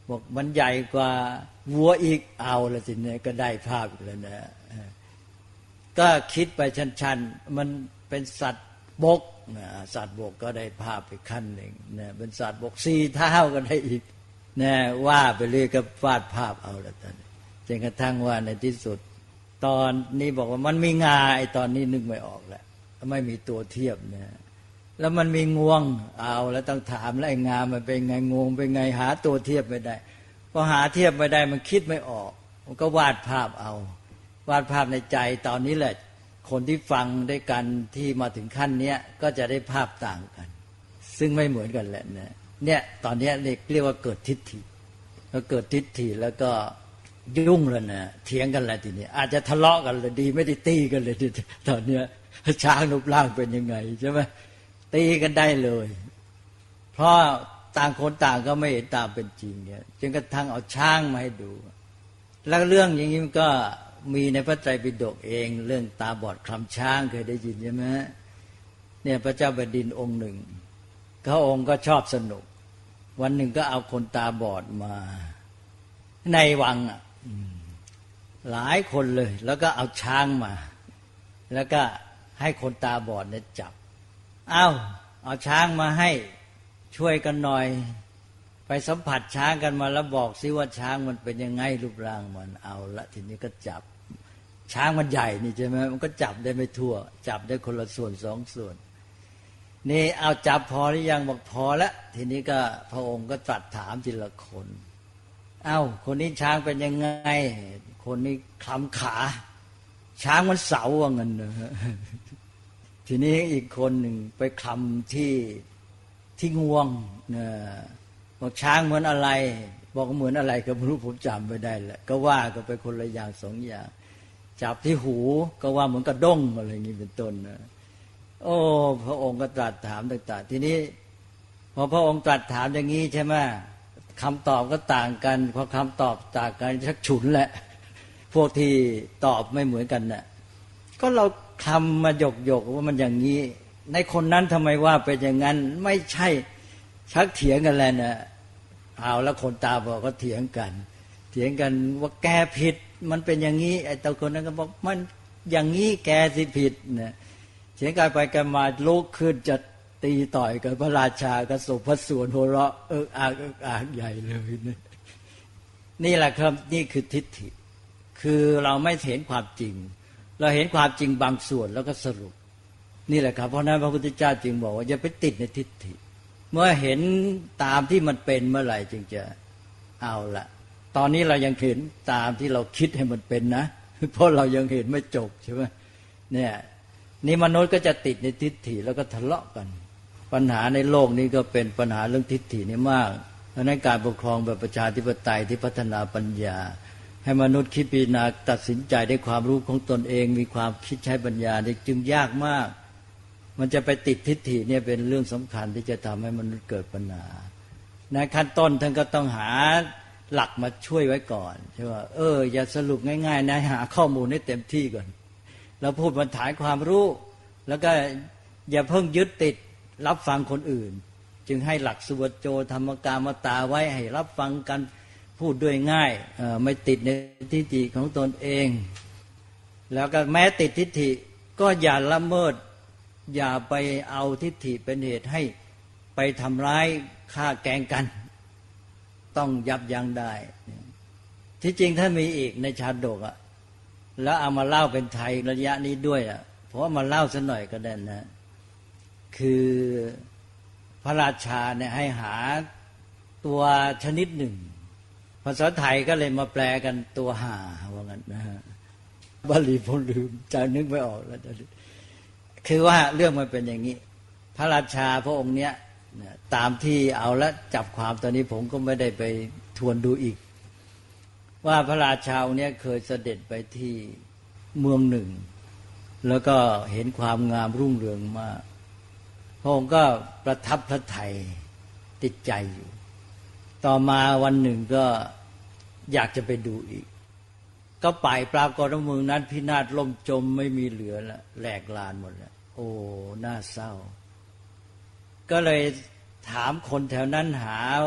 บอกมันใหญ่กว่าวัวอีกเอาละสิเนี่ยก็ได้ภาพอีกแล้วนะก็คิดไปชันๆมันเป็นสัตว์บกนะสัตว์บกก็ได้ภาพไปขั้นหนึ่งนะเป็นสัตว์บกสี่เท้าก็ได้อีกนะว่าไปเรื่อยก็วาดภาพเอาละตอนนี้จนกระทั่งว่าในที่สุดตอนนี้บอกว่ามันมีงาไอ้ตอนนี้นึกไม่ออกแล้วไม่มีตัวเทียบนะแล้วมันมีงวงเอาแล้วต้องถามแล้วไอ้งามันเป็นไงงวงเป็นไงหาตัวเทียบไม่ได้พอหาเทียบไม่ได้มันคิดไม่ออกมันก็วาดภาพเอาวาดภาพในใจตอนนี้แหละคนที่ฟังด้วยกันที่มาถึงขั้นเนี้ยก็จะได้ภาพต่างกันซึ่งไม่เหมือนกันแหละนะเนี่ยตอนนี้เรียกว่าเกิดทิฏฐิแล้วเกิดทิฏฐิแล้วก็ยุ่งแล้วนะเถียงกันแล้วทีนี้อาจจะทะเลาะกันเลยดีไม่ได้ตีกันเลยตอนเนี้ยช้างรูปร่างเป็นยังไงใช่ไหมตีกันได้เลยเพราะต่างคนต่างก็ไม่เห็นตามเป็นจริงเนี่ยจนกระทั่งเอาช้างมาให้ดูแล้วเรื่องอย่างนี้มันก็มีในพระไตรปิฎกเองเรื่องตาบอดคลำช้างเคยได้ยินใช่ไหมเนี่ยพระเจ้าแผ่นดินองค์หนึ่งเขาองค์ก็ชอบสนุกวันหนึ่งก็เอาคนตาบอดมาในวังอ่ะหลายคนเลยแล้วก็เอาช้างมาแล้วก็ให้คนตาบอดเนี่ยจับเอาเอาช้างมาให้ช่วยกันหน่อยไปสัมผัสช้างกันมาแล้วบอกซิว่าช้างมันเป็นยังไงรูปร่างมันเอาละทีนี้ก็จับช้างมันใหญ่นี่ใช่ไหมมันก็จับได้ไม่ทั่วจับได้คนละส่วนสองส่วนนี่เอาจับพอหรือยังบอกพอแล้วทีนี้ก็พระองค์ก็ตรัสถามทีละคนเอ้าคนนี้ช้างเป็นยังไงคนนี้คลำขาช้างมันเสาว่างั้นนะทีนี้อีกคนหนึ่งไปคลำที่ที่งวงนะบอกช้างเหมือนอะไรบอกเหมือนอะไรก็ไม่รู้ผมจำไม่ได้แหละก็ว่าก็ไปคนละอย่างสองอย่างจับที่หูก็ว่าเหมือนกระด้งอะไรอย่างนี้เป็นต้นนะโอ้พระองค์ก็ตรัสถามต่างๆทีนี้พอพระองค์ตรัสถามอย่างนี้ใช่ไหมคำตอบก็ต่างกันพอคำตอบต่างกันชักฉุนแหละพวกที่ตอบไม่เหมือนกันน่ะก็เราคำมาหยกหยกว่ามันอย่างนี้ในคนนั้นทำไมว่าเป็นอย่างนั้นไม่ใช่ชักเถียงกันแล้วนะเอาแล้วคนตาบอกก็เถียงกันเถียงกันว่าแกผิดมันเป็นอย่างนี้ไอ้ตัวคนนั้นก็บอกมันอย่างนี้แกสิผิดนะเถียงกันไปกันมาลุกขึ้นจะตีต่อยกับพระราชากระสบพระสวนหัวเราะเอิกอากเอิกอากใหญ่เลยนะนี่แหละครับนี่คือทิฏฐิคือเราไม่เห็นความจริงเราเห็นความจริงบางส่วนแล้วก็สรุปนี่แหละครับเพราะนั้นพระพุทธเจ้าจึงบอกว่าอย่าไปติดในทิฏฐิเมื่อเห็นตามที่มันเป็นเมื่อไหร่จึงจะเอาละตอนนี้เรายังเห็นตามที่เราคิดให้มันเป็นนะเพราะเรายังเห็นไม่จบใช่ไหมเนี่ยนี่มนุษย์ก็จะติดในทิฏฐิแล้วก็ทะเลาะกันปัญหาในโลกนี้ก็เป็นปัญหาเรื่องทิฏฐินี่มากเพราะนั้นการปกครองแบบประชาธิปไตยที่พัฒนาปัญญาให้มนุษย์คิดพิจารณาตัดสินใจด้วยความรู้ของตนเองมีความคิดใช้ปัญญานี่จึงยากมากมันจะไปติดทิฏฐิเนี่ยเป็นเรื่องสำคัญที่จะทำให้มนุษย์เกิดปัญหาในขั้นต้นท่านก็ต้องหาหลักมาช่วยไว้ก่อนใช่ว่าเอออย่าสรุปง่ายๆนะหาข้อมูลให้เต็มที่ก่อนแล้วพูดบนฐานความรู้แล้วก็อย่าเพิ่งยึดติดรับฟังคนอื่นจึงให้หลักสุวัจโจธรรมกามตาไว้ให้รับฟังกันพูดด้วยง่ายไม่ติดในทิฏฐิของตนเองแล้วก็แม้ติดทิฏฐิก็อย่าละเมิดอย่าไปเอาทิฏฐิเป็นเหตุให้ไปทำร้ายฆ่าแกล้งกันต้องยับยั้งได้ที่จริงถ้ามีอีกในชาดกอ่ะแล้วเอามาเล่าเป็นไทยระยะนี้ด้วยอ่ะเพราะมาเล่าสักหน่อยก็ได้นะคือพระราชาเนี่ยให้หาตัวชนิดหนึ่งภาษาไทยก็เลยมาแปลกันตัวห่าว่างั้นนะฮะบาลีผมลืมจะนึกไม่ออกแล้วคือว่าเรื่องมันเป็นอย่างนี้พระราชาพระองค์เนี้ยตามที่เอาละจับความตอนนี้ผมก็ไม่ได้ไปทวนดูอีกว่าพระราชาองค์เนี้ยเคยเสด็จไปที่เมืองหนึ่งแล้วก็เห็นความงามรุ่งเรืองมากพระองค์ก็ประทับพระทัยติดใจอยู่ต่อมาวันหนึ่งก็อยากจะไปดูอีกก็ไปปรากฏว่าเมืองนั้นพินาศล่มจมไม่มีเหลือแล้วแหลกลานหมดแล้วโอ้น่าเศร้าก็เลยถามคนแถวนั้นหา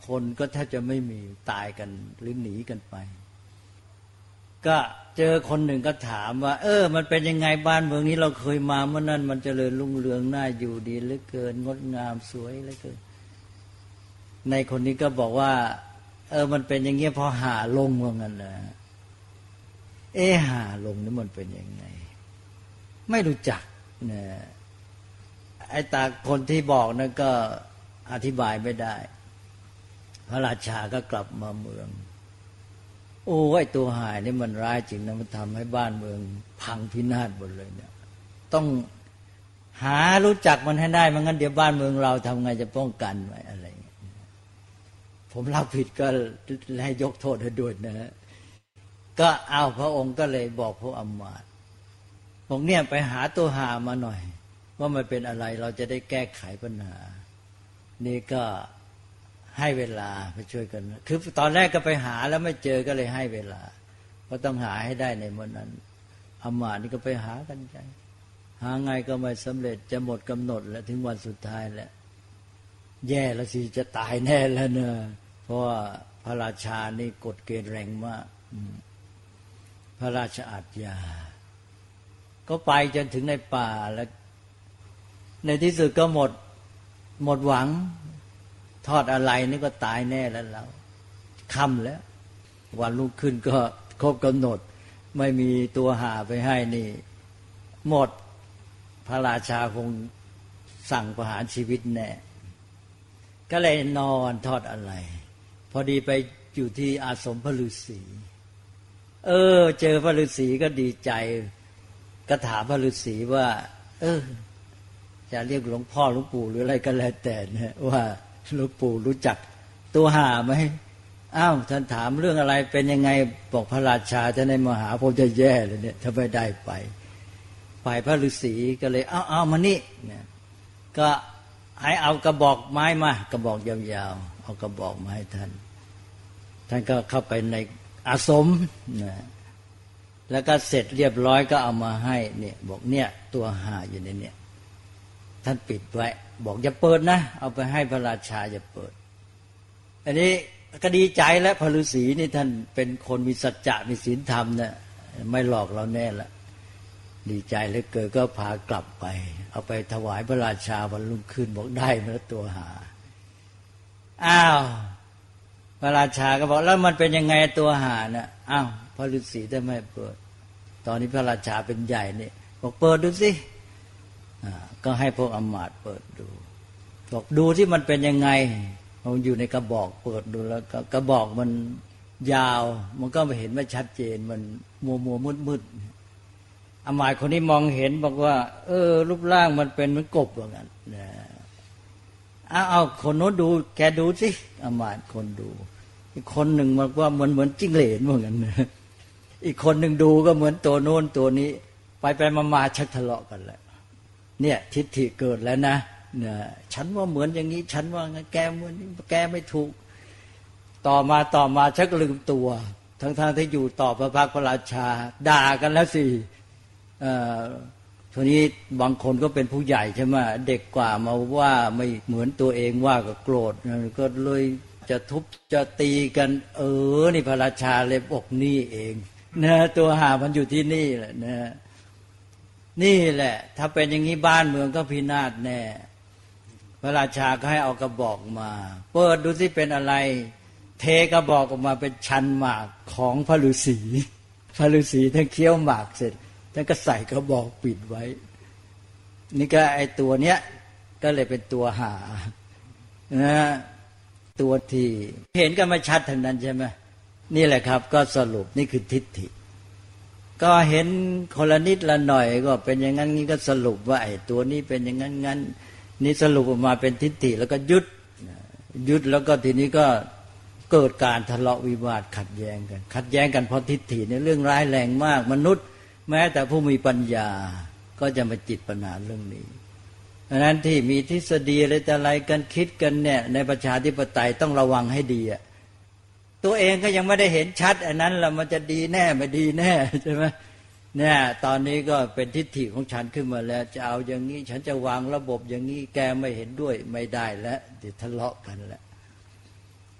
คนก็แทบจะไม่มีตายกันหรือหนีกันไปก็เจอคนหนึ่งก็ถามว่าเออมันเป็นยังไงบ้านเมืองนี้เราเคยมาเมื่อนั้นมันเจริญรุ่งเรืองน่าอยู่ดีเหลือเกินงดงามสวยเหลือเกินในคนนี้ก็บอกว่าเออมันเป็นอย่างเงี้ยพอหาลงว่างั้นนะเออหาลงนี่มันเป็นยังไงไม่รู้จักนะไอ้ตาคนที่บอกนั่นก็อธิบายไม่ได้พระราชาก็กลับมาเมืองโอ้ไอ้ตัวหายนี่มันร้ายจริงนะมันทำให้บ้านเมืองพังพินาศหมดเลยเนี่ยต้องหารู้จักมันให้ได้ไม่งั้นเดี๋ยวบ้านเมืองเราทำไงจะป้องกันไว้อะไรผมรับผิดก็ให้ยกโทษให้ด้วยนะฮะก็เอาพระองค์ก็เลยบอกพระอมาตย์บอกเนี่ยไปหาตัวหามาหน่อยว่ามันเป็นอะไรเราจะได้แก้ไขปัญหานี่ก็ให้เวลาไปช่วยกันคือตอนแรกก็ไปหาแล้วไม่เจอก็เลยให้เวลาเพราะต้องหาให้ได้ในวันนั้นอมาตย์นี่ก็ไปหากันใจหาไงก็ไม่สำเร็จจะหมดกำหนดแล้วถึงวันสุดท้ายแล้วแย่แล้วสิจะตายแน่แล้วเนอะเพราะว่าพระราชานี่กฎเกณฑ์แรงมากพระราชอาญาก็ไปจนถึงในป่าแล้วในที่สุดก็หมดหมดหวังทอดอะไรนี่ก็ตายแน่แล้วเราค่ำแล้ววันรุ่งขึ้นก็ครบกำหนดไม่มีตัวหาไปให้นี่หมดพระราชาคงสั่งประหารชีวิตแน่ก็เลยนอนทอดอะไรพอดีไปอยู่ที่อาสมพระฤาษีเออเจอพระฤาษีก็ดีใจก็ถามพระฤาษีว่าเออจะเรียกหลวงพ่อหลวงปู่หรืออะไรก็แล้วแต่นะว่าหลวงปู่รู้จักตัวหาไหมอ้าวท่านถามเรื่องอะไรเป็นยังไงบอกพระราชาท่านในมหาผมจะแย่เลยเนี่ยถ้าไม่ได้ไปฝ่ายพระฤาษีก็เลยเอาเอามานี่เนี่ยก็ให้เอากระบอกไม้มากระบอกยาวๆเอากระบอกมาให้ท่านท่านก็เข้าไปในอาสมนะแล้วก็เสร็จเรียบร้อยก็เอามาให้เนี่ยบอกเนี่ยตัวหาอยู่ในเนี่ยท่านปิดไว้บอกอย่าเปิดนะเอาไปให้พระราชาอย่าเปิดอันนี้ก็ดีใจแล้วพระฤาษีนี่ท่านเป็นคนมีสัจจะมีศีลธรรมเนี่ยไม่หลอกเราแน่ละดีใจเหลือเกินก็พากลับไปเอาไปถวายพระราชาวันรุ่งขึ้นบอกได้มาแล้วตัวหาอ้าวพระราชาก็บอกแล้วมันเป็นยังไงตัวหาน่ะอ้าวพระฤาษีท่านไม่เปิดตอนนี้พระราชาเป็นใหญ่นี่บอกเปิดดูสิก็ให้พวกอมาตย์เปิดดูบอกดูที่มันเป็นยังไงมันอยู่ในกระบอกเปิดดูแล้วกระบอกมันยาวมันก็ไม่เห็นไม่ชัดเจนมันมัวมัวมืดมืดอมาตย์คนนี้มองเห็นบอกว่าเออรูปร่างมันเป็นเหมือนกบว่างั้นนะเอาเอาคนโน้นดูแกดูสิอมาตย์คนดูอีกคนหนึ่งบอกว่าเหมือนเหมือนจิ้งเหลนว่างั้นนะอีกคนหนึ่งดูก็เหมือนตัวโน้นตัวนี้ไปไปมามาชักทะเลาะกันแล้วเนี่ยทิฏฐิเกิดแล้วนะเนี่ยฉันว่าเหมือนอย่างนี้ฉันว่างั้นแกเหมือนนี้แกไม่ถูกต่อมาต่อมาชักลืมตัวทั้งๆ ท, ที่อยู่ต่อพระพักตร์พระราชาด่ากันแล้วสิเอ่อทีนี้บางคนก็เป็นผู้ใหญ่ใช่ไหมเด็กกว่ามาว่าไม่เหมือนตัวเองว่าก็โกรธก็เลยจะทุบจะตีกันเออนี่พระราชาเลยบอกนี่เองนะตัวหามันอยู่ที่นี่แหละนะนี่แหละถ้าเป็นอย่างนี้บ้านเมืองก็พินาศแน่พระราชาก็ให้เอากระบอกมาเปิดดูสิเป็นอะไรเทกระบอกออกมาเป็นชันหมากของพระฤาษีพระฤาษีท่านเคี้ยวหมากเสร็จท่านก็ใส่กระบอกปิดไว้นี่ก็ไอตัวเนี้ยก็เลยเป็นตัวหานะตัวที่เห็นกันไม่ชัดทั้งนั้นใช่ไหมนี่แหละครับก็สรุปนี่คือทิฏฐิก็เห็นคนละนิดละหน่อยก็เป็นอย่างนั้นนี่ก็สรุปว่าไอ้ตัวนี้เป็นอย่างนั้นงั้นนี่สรุปออกมาเป็นทิฏฐิแล้วก็ยึดยึดแล้วก็ทีนี้ก็เกิดการทะเลาะวิวาทขัดแย้งกันขัดแย้งกันเพราะทิฏฐิในเรื่องร้ายแรงมากมนุษย์แม้แต่ผู้มีปัญญาก็จะมาจิตปัญหาเรื่องนี้ดังนั้นที่มีทฤษฎีอะไรแต่อะไรกันคิดกันเนี่ยในประชาธิปไตยต้องระวังให้ดีอ่ะตัวเองก็ยังไม่ได้เห็นชัดอันนั้นแล้วมันจะดีแน่ไม่ดีแน่ใช่ไหมเนี่ยตอนนี้ก็เป็นทิฏฐิของฉันขึ้นมาแล้วจะเอาอย่างนี้ฉันจะวางระบบอย่างนี้แกไม่เห็นด้วยไม่ได้แล้วเดี๋ยวทะเลาะกันแล้ว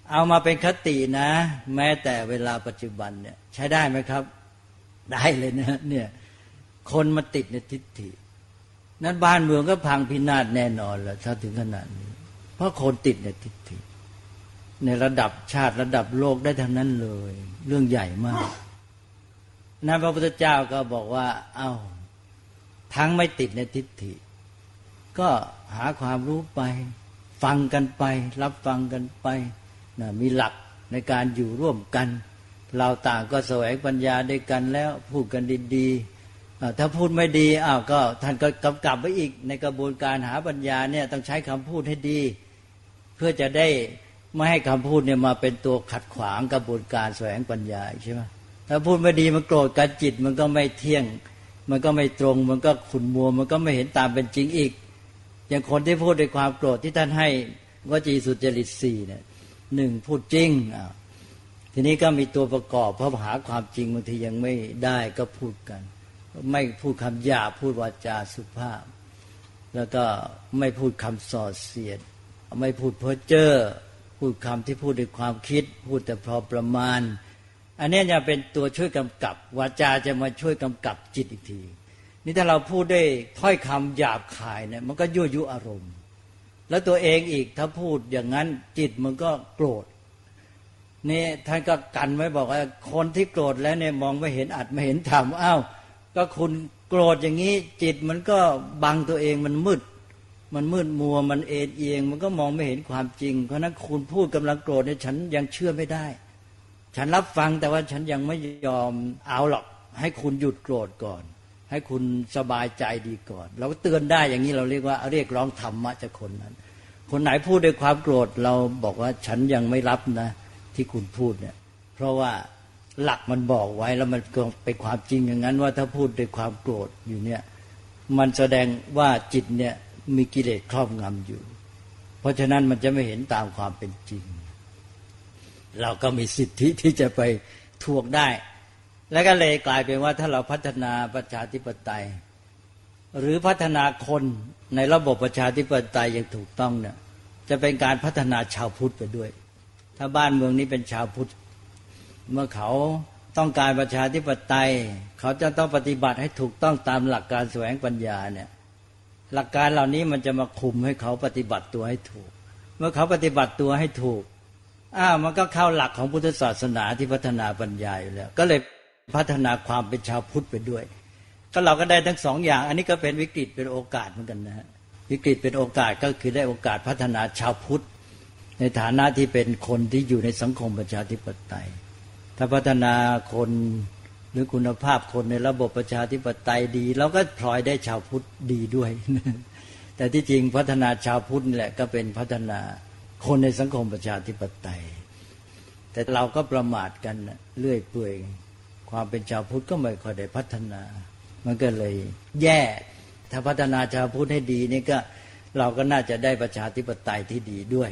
เอามาเป็นคตินะ แม้แต่เวลาปัจจุบันเนี่ยใช้ได้ไหมครับได้เลยนะเนี่ยคนมาติดในทิฏฐินั้นบ้านเมืองก็พังพินาศแน่นอนแหละถ้าถึงขนาดนี้เพราะคนติดในทิฏฐิในระดับชาติระดับโลกได้ทั้งนั้นเลยเรื่องใหญ่มากนั้นพระพุทธเจ้าก็บอกว่าเอ้าทั้งไม่ติดในทิฏฐิก็หาความรู้ไปฟังกันไปรับฟังกันไปนะมีหลักในการอยู่ร่วมกันเราต่างก็แสวงปัญญาด้วยกันแล้วพูดกันดีๆถ้าพูดไม่ดีอ้าวก็ท่านก็กำกับไว้อีกในกระบวนการหาปัญญาเนี่ยต้องใช้คำพูดให้ดีเพื่อจะได้ไม่ให้คำพูดเนี่ยมาเป็นตัวขัดขวางกระบวนการแสวงปัญญาใช่ไหมถ้าพูดไม่ดีมันโกรธกันจิตมันก็ไม่เที่ยงมันก็ไม่ตรงมันก็ขุ่นมัวมันก็ไม่เห็นตามเป็นจริงอีกอย่างคนที่พูดด้วยความโกรธที่ท่านให้วจีสุจริตสี่เนี่ยหนึ่งพูดจริงอ่าทีนี้ก็มีตัวประกอบเพราะหาความจริงบางทียังไม่ได้ก็พูดกันไม่พูดคำหยาบพูดวาจาสุภาพแล้วก็ไม่พูดคำส่อเสียดไม่พูดเพ้อเจ้อพูดคำที่พูดด้วยความคิดพูดแต่พอประมาณอันนี้จะเป็นตัวช่วยกำกับวาจาจะมาช่วยกำกับจิตอีกทีนี่ถ้าเราพูดได้ถ้อยคำหยาบคายเนี่ยมันก็ยั่วยุอารมณ์แล้วตัวเองอีกถ้าพูดอย่างนั้นจิตมันก็โกรธนี่ท่านก็กันไว้บอกว่าคนที่โกรธแล้วเนี่ยมองไม่เห็นอัดไม่เห็นธรรมอ้าวก็คุณโกรธอย่างนี้จิตมันก็บังตัวเองมันมืดมันมืดมัวมันเอ็นเอียงมันก็มองไม่เห็นความจริงเพราะนั้นคุณพูดกำลังโกรธเนี่ยฉันยังเชื่อไม่ได้ฉันรับฟังแต่ว่าฉันยังไม่ยอมเอาหรอกให้คุณหยุดโกรธก่อนให้คุณสบายใจดีก่อนเราก็เตือนได้อย่างนี้เราเรียกว่าเรียกร้องธรรมะจากคนนั้นคนไหนพูดด้วยความโกรธเราบอกว่าฉันยังไม่รับนะที่คุณพูดเนี่ยเพราะว่าหลักมันบอกไว้แล้วมันก็เป็นความจริงอย่างนั้นว่าถ้าพูดด้วยความโกรธอยู่เนี่ยมันแสดงว่าจิตเนี่ยมีกิเลสครอบงำอยู่เพราะฉะนั้นมันจะไม่เห็นตามความเป็นจริงเราก็มีสิทธิที่จะไปทวงได้แล้วก็เลยกลายเป็นว่าถ้าเราพัฒนาประชาธิปไตยหรือพัฒนาคนในระบบประชาธิปไตยอย่างถูกต้องเนี่ยจะเป็นการพัฒนาชาวพุทธไปด้วยถ้าบ้านเมืองนี้เป็นชาวพุทธเมื่อเขาต้องการประชาธิปไตยเขาจะต้องปฏิบัติให้ถูกต้องตามหลักการแสวงปัญญาเนี่ยหลักการเหล่านี้มันจะมาคุมให้เขาปฏิบัติตัวให้ถูกเมื่อเขาปฏิบัติตัวให้ถูกอ้าวมันก็เข้าหลักของพุทธศาสนาที่พัฒนาปัญญาอยู่แล้วก็เลยพัฒนาความเป็นชาวพุทธไปด้วยก็เราก็ได้ทั้งสองอย่างอันนี้ก็เป็นวิกฤตเป็นโอกาสเหมือนกันนะฮะวิกฤตเป็นโอกาสก็คือได้โอกาสพัฒนาชาวพุทธในฐานะที่เป็นคนที่อยู่ในสังคมประชาธิปไตยถ้าพัฒนาคนหรือคุณภาพคนในระบบประชาธิปไตยดีเราก็พลอยได้ชาวพุทธดีด้วยแต่ที่จริงพัฒนาชาวพุทธนี่แหละก็เป็นพัฒนาคนในสังคมประชาธิปไตยแต่เราก็ประมาทกันเรื่อยเปื่อยความเป็นชาวพุทธก็ไม่ค่อยได้พัฒนามันก็เลยแย่ถ้าพัฒนาชาวพุทธให้ดีนี่ก็เราก็น่าจะได้ประชาธิปไตยที่ดีด้วย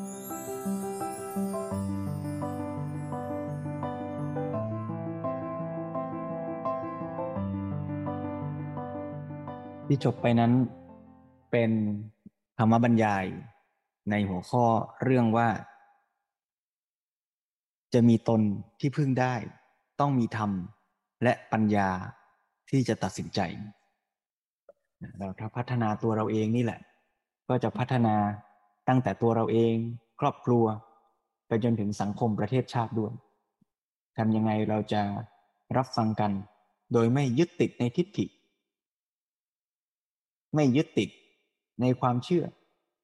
ที่จบไปนั้นเป็นธรรมบรรยายในหัวข้อเรื่องว่าจะมีตนที่พึ่งได้ต้องมีธรรมและปัญญาที่จะตัดสินใจเราถ้าพัฒนาตัวเราเองนี่แหละก็จะพัฒนาตั้งแต่ตัวเราเองครอบครัวไปจนถึงสังคมประเทศชาติด้วยทำยังไงเราจะรับฟังกันโดยไม่ยึดติดในทิฏฐิไม่ยึดติดในความเชื่อ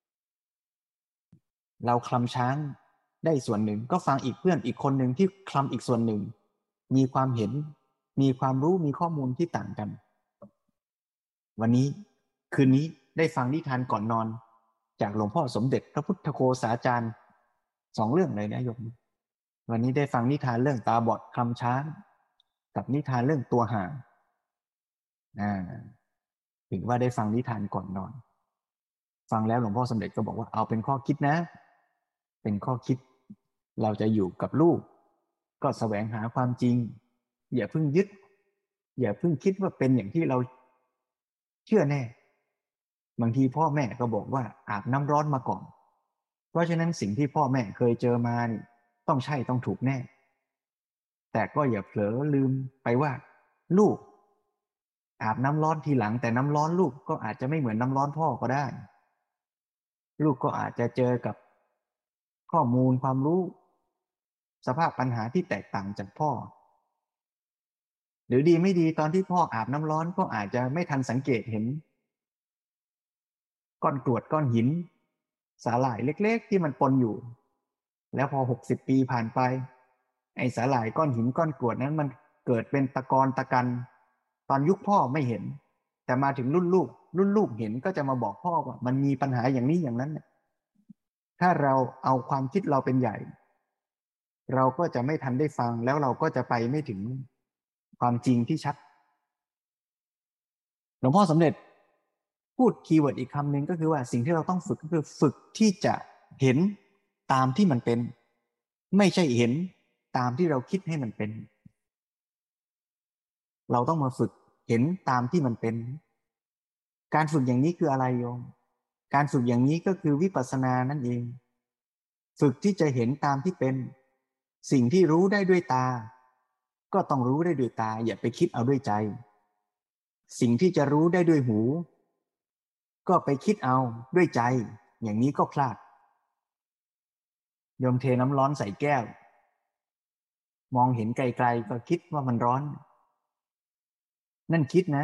เราคลำช้างได้ส่วนหนึ่งก็ฟังอีกเพื่อนอีกคนหนึ่งที่คลำอีกส่วนหนึ่งมีความเห็นมีความรู้มีข้อมูลที่ต่างกันวันนี้คืนนี้ได้ฟังนิทานก่อนนอนจากหลวงพ่อสมเด็จพระพุทธโฆษาจารย์สองเรื่องเลยนะโยมวันนี้ได้ฟังนิทานเรื่องตาบอดคลำช้างกับนิทานเรื่องตัวห่างอ่าถือว่าได้ฟังนิทานก่อนนอนฟังแล้วหลวงพ่อสมเด็จก็บอกว่าเอาเป็นข้อคิดนะเป็นข้อคิดเราจะอยู่กับลูกก็แสวงหาความจริงอย่าเพิ่งยึดอย่าเพิ่งคิดว่าเป็นอย่างที่เราเชื่อแน่บางทีพ่อแม่ก็บอกว่าอาบน้ำร้อนมาก่อนเพราะฉะนั้นสิ่งที่พ่อแม่เคยเจอมานี่ต้องใช่ต้องถูกแน่แต่ก็อย่าเผลอลืมไปว่าลูกอาบน้ำร้อนทีหลังแต่น้ำร้อนลูกก็อาจจะไม่เหมือนน้ำร้อนพ่อก็ได้ลูกก็อาจจะเจอกับข้อมูลความรู้สภาพปัญหาที่แตกต่างจากพ่อหรือดีไม่ดีตอนที่พ่ออาบน้ำร้อนก็อาจจะไม่ทันสังเกตเห็นก้อนกรวดก้อนหินสาหร่ายเล็กๆที่มันปนอยู่แล้วพอหกสิบปีผ่านไปไอ้สาหร่ายก้อนหินก้อนกรวดนั้นมันเกิดเป็นตะกอนตะกันตอนยุคพ่อไม่เห็นแต่มาถึงรุ่นลูกรุ่นลูกเห็นก็จะมาบอกพ่อว่ามันมีปัญหาอย่างนี้อย่างนั้นถ้าเราเอาความคิดเราเป็นใหญ่เราก็จะไม่ทันได้ฟังแล้วเราก็จะไปไม่ถึงความจริงที่ชัดหลวงพ่อสมเด็จพูดคีย์เวิร์ดอีกคำหนึ่งก็คือว่าสิ่งที่เราต้องฝึกก็คือฝึกที่จะเห็นตามที่มันเป็นไม่ใช่เห็นตามที่เราคิดให้มันเป็นเราต้องมาฝึกเห็นตามที่มันเป็นการฝึกอย่างนี้คืออะไรโยมการฝึกอย่างนี้ก็คือวิปัสสนานั่นเองฝึกที่จะเห็นตามที่เป็นสิ่งที่รู้ได้ด้วยตาก็ต้องรู้ได้ด้วยตาอย่าไปคิดเอาด้วยใจสิ่งที่จะรู้ได้ด้วยหูก็ไปคิดเอาด้วยใจอย่างนี้ก็พลาดโยมเทน้ำร้อนใส่แก้วมองเห็นไกลๆก็คิดว่ามันร้อนนั่นคิดนะ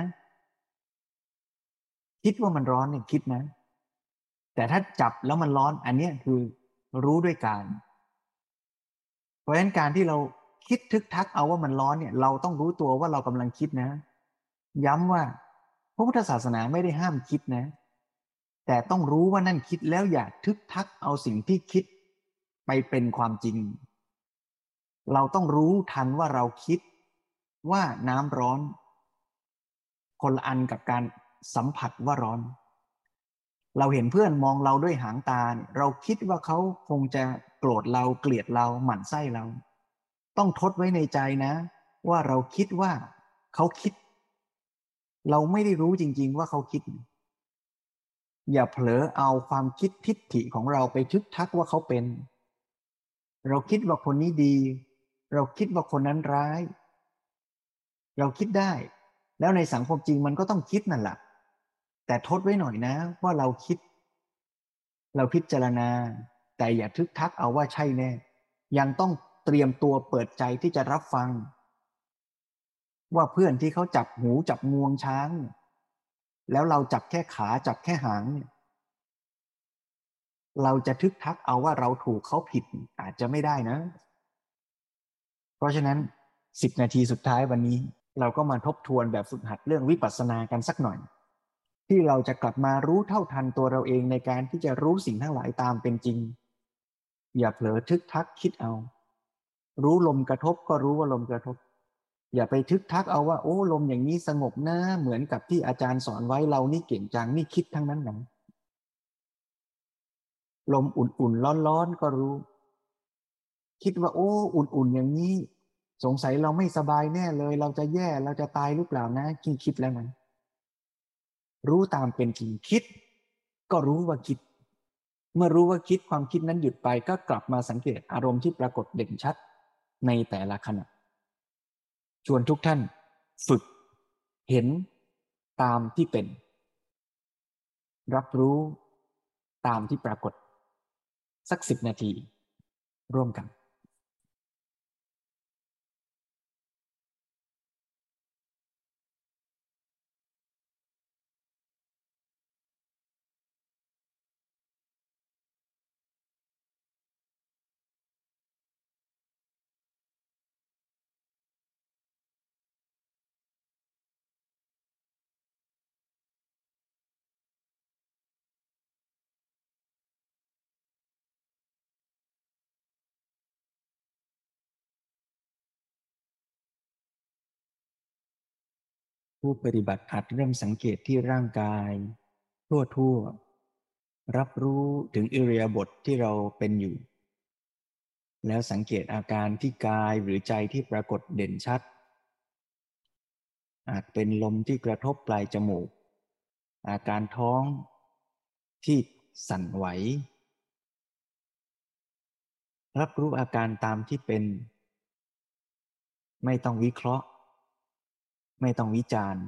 คิดว่ามันร้อนเนี่ยคิดนะแต่ถ้าจับแล้วมันร้อนอันนี้คือรู้ด้วยการเพราะฉะนั้นการที่เราคิดทึกทักเอาว่ามันร้อนเนี่ยเราต้องรู้ตัวว่าเรากำลังคิดนะย้ำว่าพระพุทธศาสนาไม่ได้ห้ามคิดนะแต่ต้องรู้ว่านั่นคิดแล้วอย่าทึกทักเอาสิ่งที่คิดไปเป็นความจริงเราต้องรู้ทันว่าเราคิดว่าน้ำร้อนคนละอันกับการสัมผัสว่าร้อนเราเห็นเพื่อนมองเราด้วยหางตาเราคิดว่าเขาคงจะโกรธเราเกลียดเราหมั่นไส้เราต้องทดไว้ในใจนะว่าเราคิดว่าเขาคิดเราไม่ได้รู้จริงๆว่าเขาคิดอย่าเผลอเอาความคิดทิฏฐิของเราไปทึกทักว่าเขาเป็นเราคิดว่าคนนี้ดีเราคิดว่าคนนั้นร้ายเราคิดได้แล้วในสังคมจริงมันก็ต้องคิดนั่นแหละแต่ทดไว้หน่อยนะว่าเราคิดเราพิจารณาแต่อย่าทึกทักเอาว่าใช่แน่ยังต้องเตรียมตัวเปิดใจที่จะรับฟังว่าเพื่อนที่เขาจับหูจับงวงช้างแล้วเราจับแค่ขาจับแค่หางเนี่ยเราจะทึกทักเอาว่าเราถูกเขาผิดอาจจะไม่ได้นะเพราะฉะนั้นสิบนาทีสุดท้ายวันนี้เราก็มาทบทวนแบบฝึกหัดเรื่องวิปัสสนากันสักหน่อยที่เราจะกลับมารู้เท่าทันตัวเราเองในการที่จะรู้สิ่งทั้งหลายตามเป็นจริงอย่าเผลอทึกทักคิดเอารู้ลมกระทบก็รู้ว่าลมกระทบอย่าไปทึกทักเอาว่าโอ้ลมอย่างนี้สงบนะเหมือนกับที่อาจารย์สอนไว้เรานี่เก่งจังนี่คิดทั้งนั้นนะลมอุ่นๆร้อนๆก็รู้คิดว่าโอ้อุ่นๆอย่างนี้สงสัยเราไม่สบายแน่เลยเราจะแย่เราจะตายหรือเปล่านะคิดคิดแล้วนะรู้ตามเป็นจริงคิดก็รู้ว่าคิดเมื่อรู้ว่าคิดความคิดนั้นหยุดไปก็กลับมาสังเกตอารมณ์ที่ปรากฏเด่นชัดในแต่ละขณะชวนทุกท่านฝึกเห็นตามที่เป็นรับรู้ตามที่ปรากฏสักสิบนาทีร่วมกันผู้ปฏิบัติอาจเริ่มสังเกตที่ร่างกายทั่วทั่วรับรู้ถึงอิริยาบถทที่เราเป็นอยู่แล้วสังเกตอาการที่กายหรือใจที่ปรากฏเด่นชัดอาจเป็นลมที่กระทบปลายจมูกอาการท้องที่สั่นไหวรับรู้อาการตามที่เป็นไม่ต้องวิเคราะห์ไม่ต้องวิจารณ์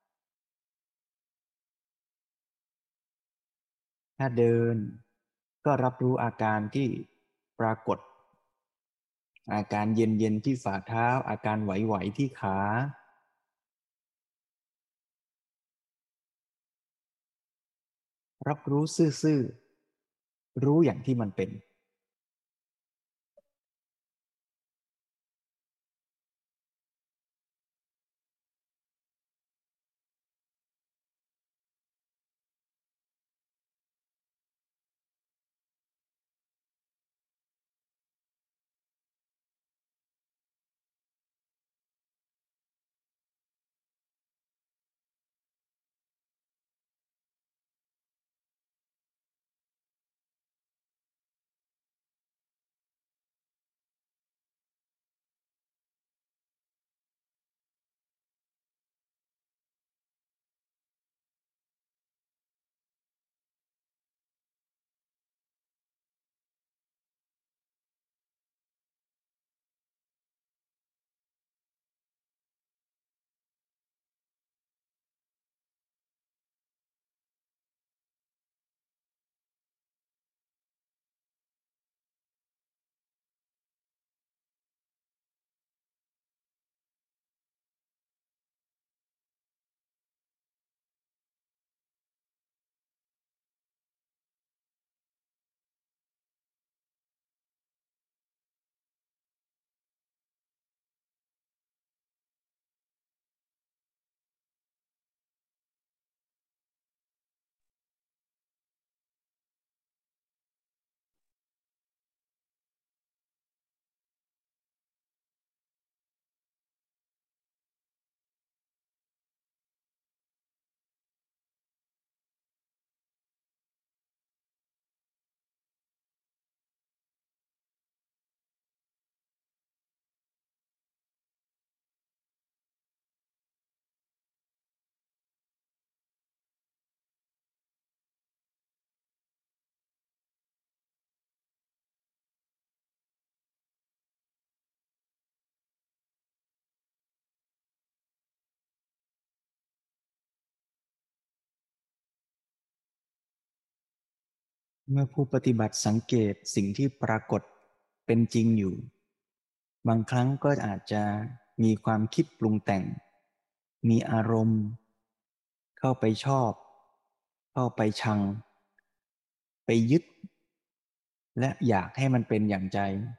ถ้าเดินก็รับรู้อาการที่ปรากฏอาการเย็นๆที่ฝ่าเท้าอาการไหวๆที่ขารับรู้ซื่อๆรู้อย่างที่มันเป็นเมื่อผู้ปฏิบัติสังเกตสิ่งที่ปรากฏเป็นจริงอยู่บางครั้งก็อาจจะมีความคิดปรุงแต่งมีอารมณ์เข้าไปชอบเข้าไปชังไปยึดและอยากให้มันเป็นอย่างใจ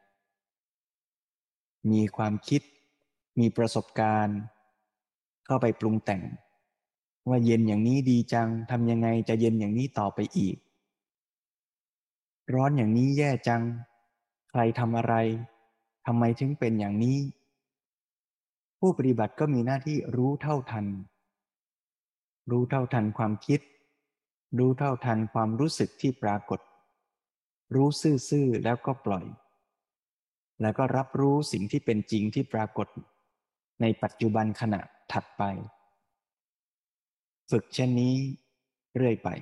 มีความคิดมีประสบการณ์เข้าไปปรุงแต่งว่าเย็นอย่างนี้ดีจังทำยังไงจะเย็นอย่างนี้ต่อไปอีกร้อนอย่างนี้แย่จังใครทำอะไรทำไมถึงเป็นอย่างนี้ผู้ปฏิบัติก็มีหน้าที่รู้เท่าทันรู้เท่าทันความคิดรู้เท่าทันความรู้สึกที่ปรากฏรู้ซื่อๆแล้วก็ปล่อยแล้วก็รับรู้สิ่งที่เป็นจริงที่ปรากฏในปัจจุบันขณะถัดไปฝึกเช่นนี้เรื่อยไป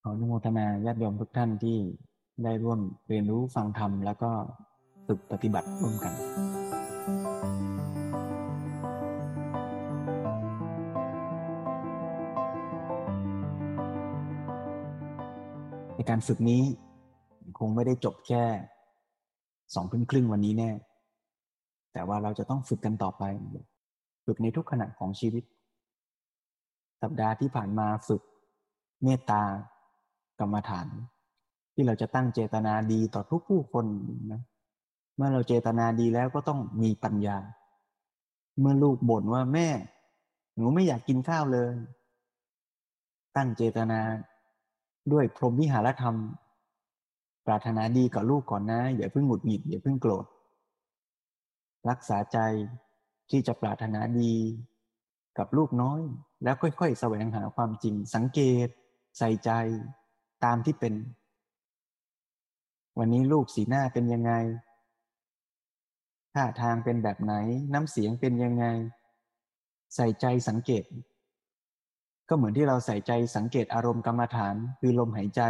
ขออนุโมทนาญาติโยมทุกท่านที่ได้ร่วมเรียนรู้ฟังธรรมแล้วก็ฝึกปฏิบัติร่วมกันในการฝึกนี้คงไม่ได้จบแค่สองทุ่มครึ่งวันนี้แน่แต่ว่าเราจะต้องฝึกกันต่อไปฝึกในทุกขณะของชีวิตสัปดาห์ที่ผ่านมาฝึกเมตตากรรมฐานที่เราจะตั้งเจตนาดีต่อทุกผู้คนนะเมื่อเราเจตนาดีแล้วก็ต้องมีปัญญาเมื่อลูกบ่นว่าแม่หนูไม่อยากกินข้าวเลยตั้งเจตนาด้วยพรหมวิหารธรรมปรารถนาดีกับลูกก่อนนะอย่าเพิ่งหงุดหงิดอย่าเพิ่งโกรธรักษาใจที่จะปรารถนาดีกับลูกน้อยแล้วค่อยๆแสวงหาความจริงสังเกตใส่ใจตามที่เป็นวันนี้ลูกสีหน้าเป็นยังไงท่าทางเป็นแบบไหนน้ำเสียงเป็นยังไงใส่ใจสังเกตก็เหมือนที่เราใส่ใจสังเกตอารมณ์กรรมฐานคือลมหายใจ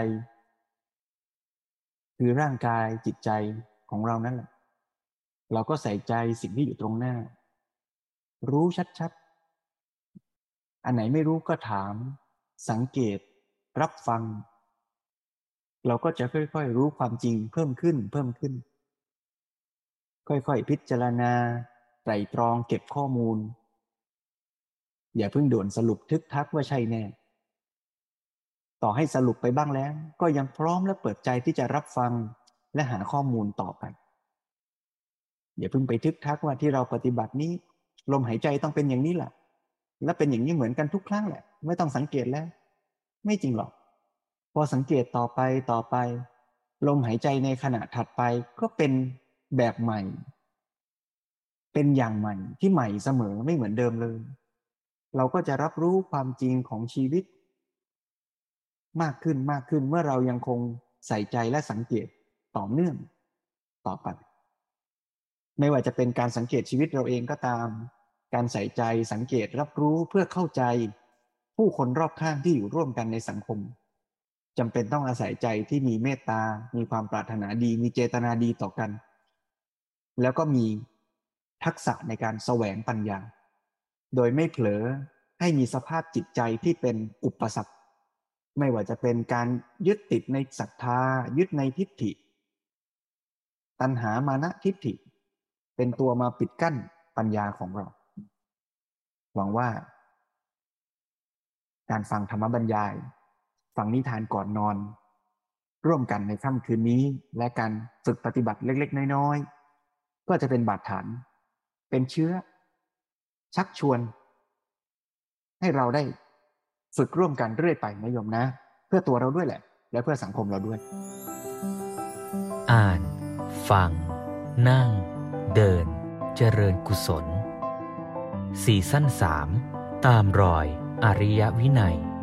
คือร่างกายจิตใจของเรานั่นแหละเราก็ใส่ใจสิ่งที่อยู่ตรงหน้ารู้ชัดๆอันไหนไม่รู้ก็ถามสังเกตรับฟังเราก็จะค่อยๆรู้ความจริงเพิ่มขึ้นเพิ่มขึ้นค่อยๆพิจารณาไตร่ตรองเก็บข้อมูลอย่าเพิ่งด่วนสรุปทึกทักว่าใช่แน่ต่อให้สรุปไปบ้างแล้วก็ยังพร้อมและเปิดใจที่จะรับฟังและหาข้อมูลต่อไปอย่าเพิ่งไปทึกทักว่าที่เราปฏิบัตินี้ลมหายใจต้องเป็นอย่างนี้แหละและเป็นอย่างนี้เหมือนกันทุกครั้งแหละไม่ต้องสังเกตแล้วไม่จริงหรอกพอสังเกตต่อไปต่อไปลมหายใจในขณะถัดไปก็เป็นแบบใหม่เป็นอย่างใหม่ที่ใหม่เสมอไม่เหมือนเดิมเลยเราก็จะรับรู้ความจริงของชีวิตมากขึ้นมากขึ้นเมื่อเรายังคงใส่ใจและสังเกตต่อเนื่องต่อไปไม่ว่าจะเป็นการสังเกตชีวิตเราเองก็ตามการใส่ใจสังเกตรับรู้เพื่อเข้าใจผู้คนรอบข้างที่อยู่ร่วมกันในสังคมจำเป็นต้องอาศัยใจที่มีเมตตามีความปรารถนาดีมีเจตนาดีต่อกันแล้วก็มีทักษะในการแสวงปัญญาโดยไม่เผลอให้มีสภาพจิตใจที่เป็นอุปสรรคไม่ว่าจะเป็นการยึดติดในศรัทธายึดในทิฏฐิตัณหามานะทิฏฐิเป็นตัวมาปิดกั้นปัญญาของเราหวังว่าการฟังธรรมบรรยายฟังนิทานก่อนนอนร่วมกันในค่ำคืนนี้และการฝึกปฏิบัติเล็กๆน้อยๆก็จะเป็นบาดฐานเป็นเชื้อชักชวนให้เราได้ฝึกร่วมกันเรื่อยไปนะโยมนะเพื่อตัวเราด้วยแหละและเพื่อสังคมเราด้วยอ่านฟังนั่งเดินเจริญกุศลซีซั่นสามตามรอยอริยวินัย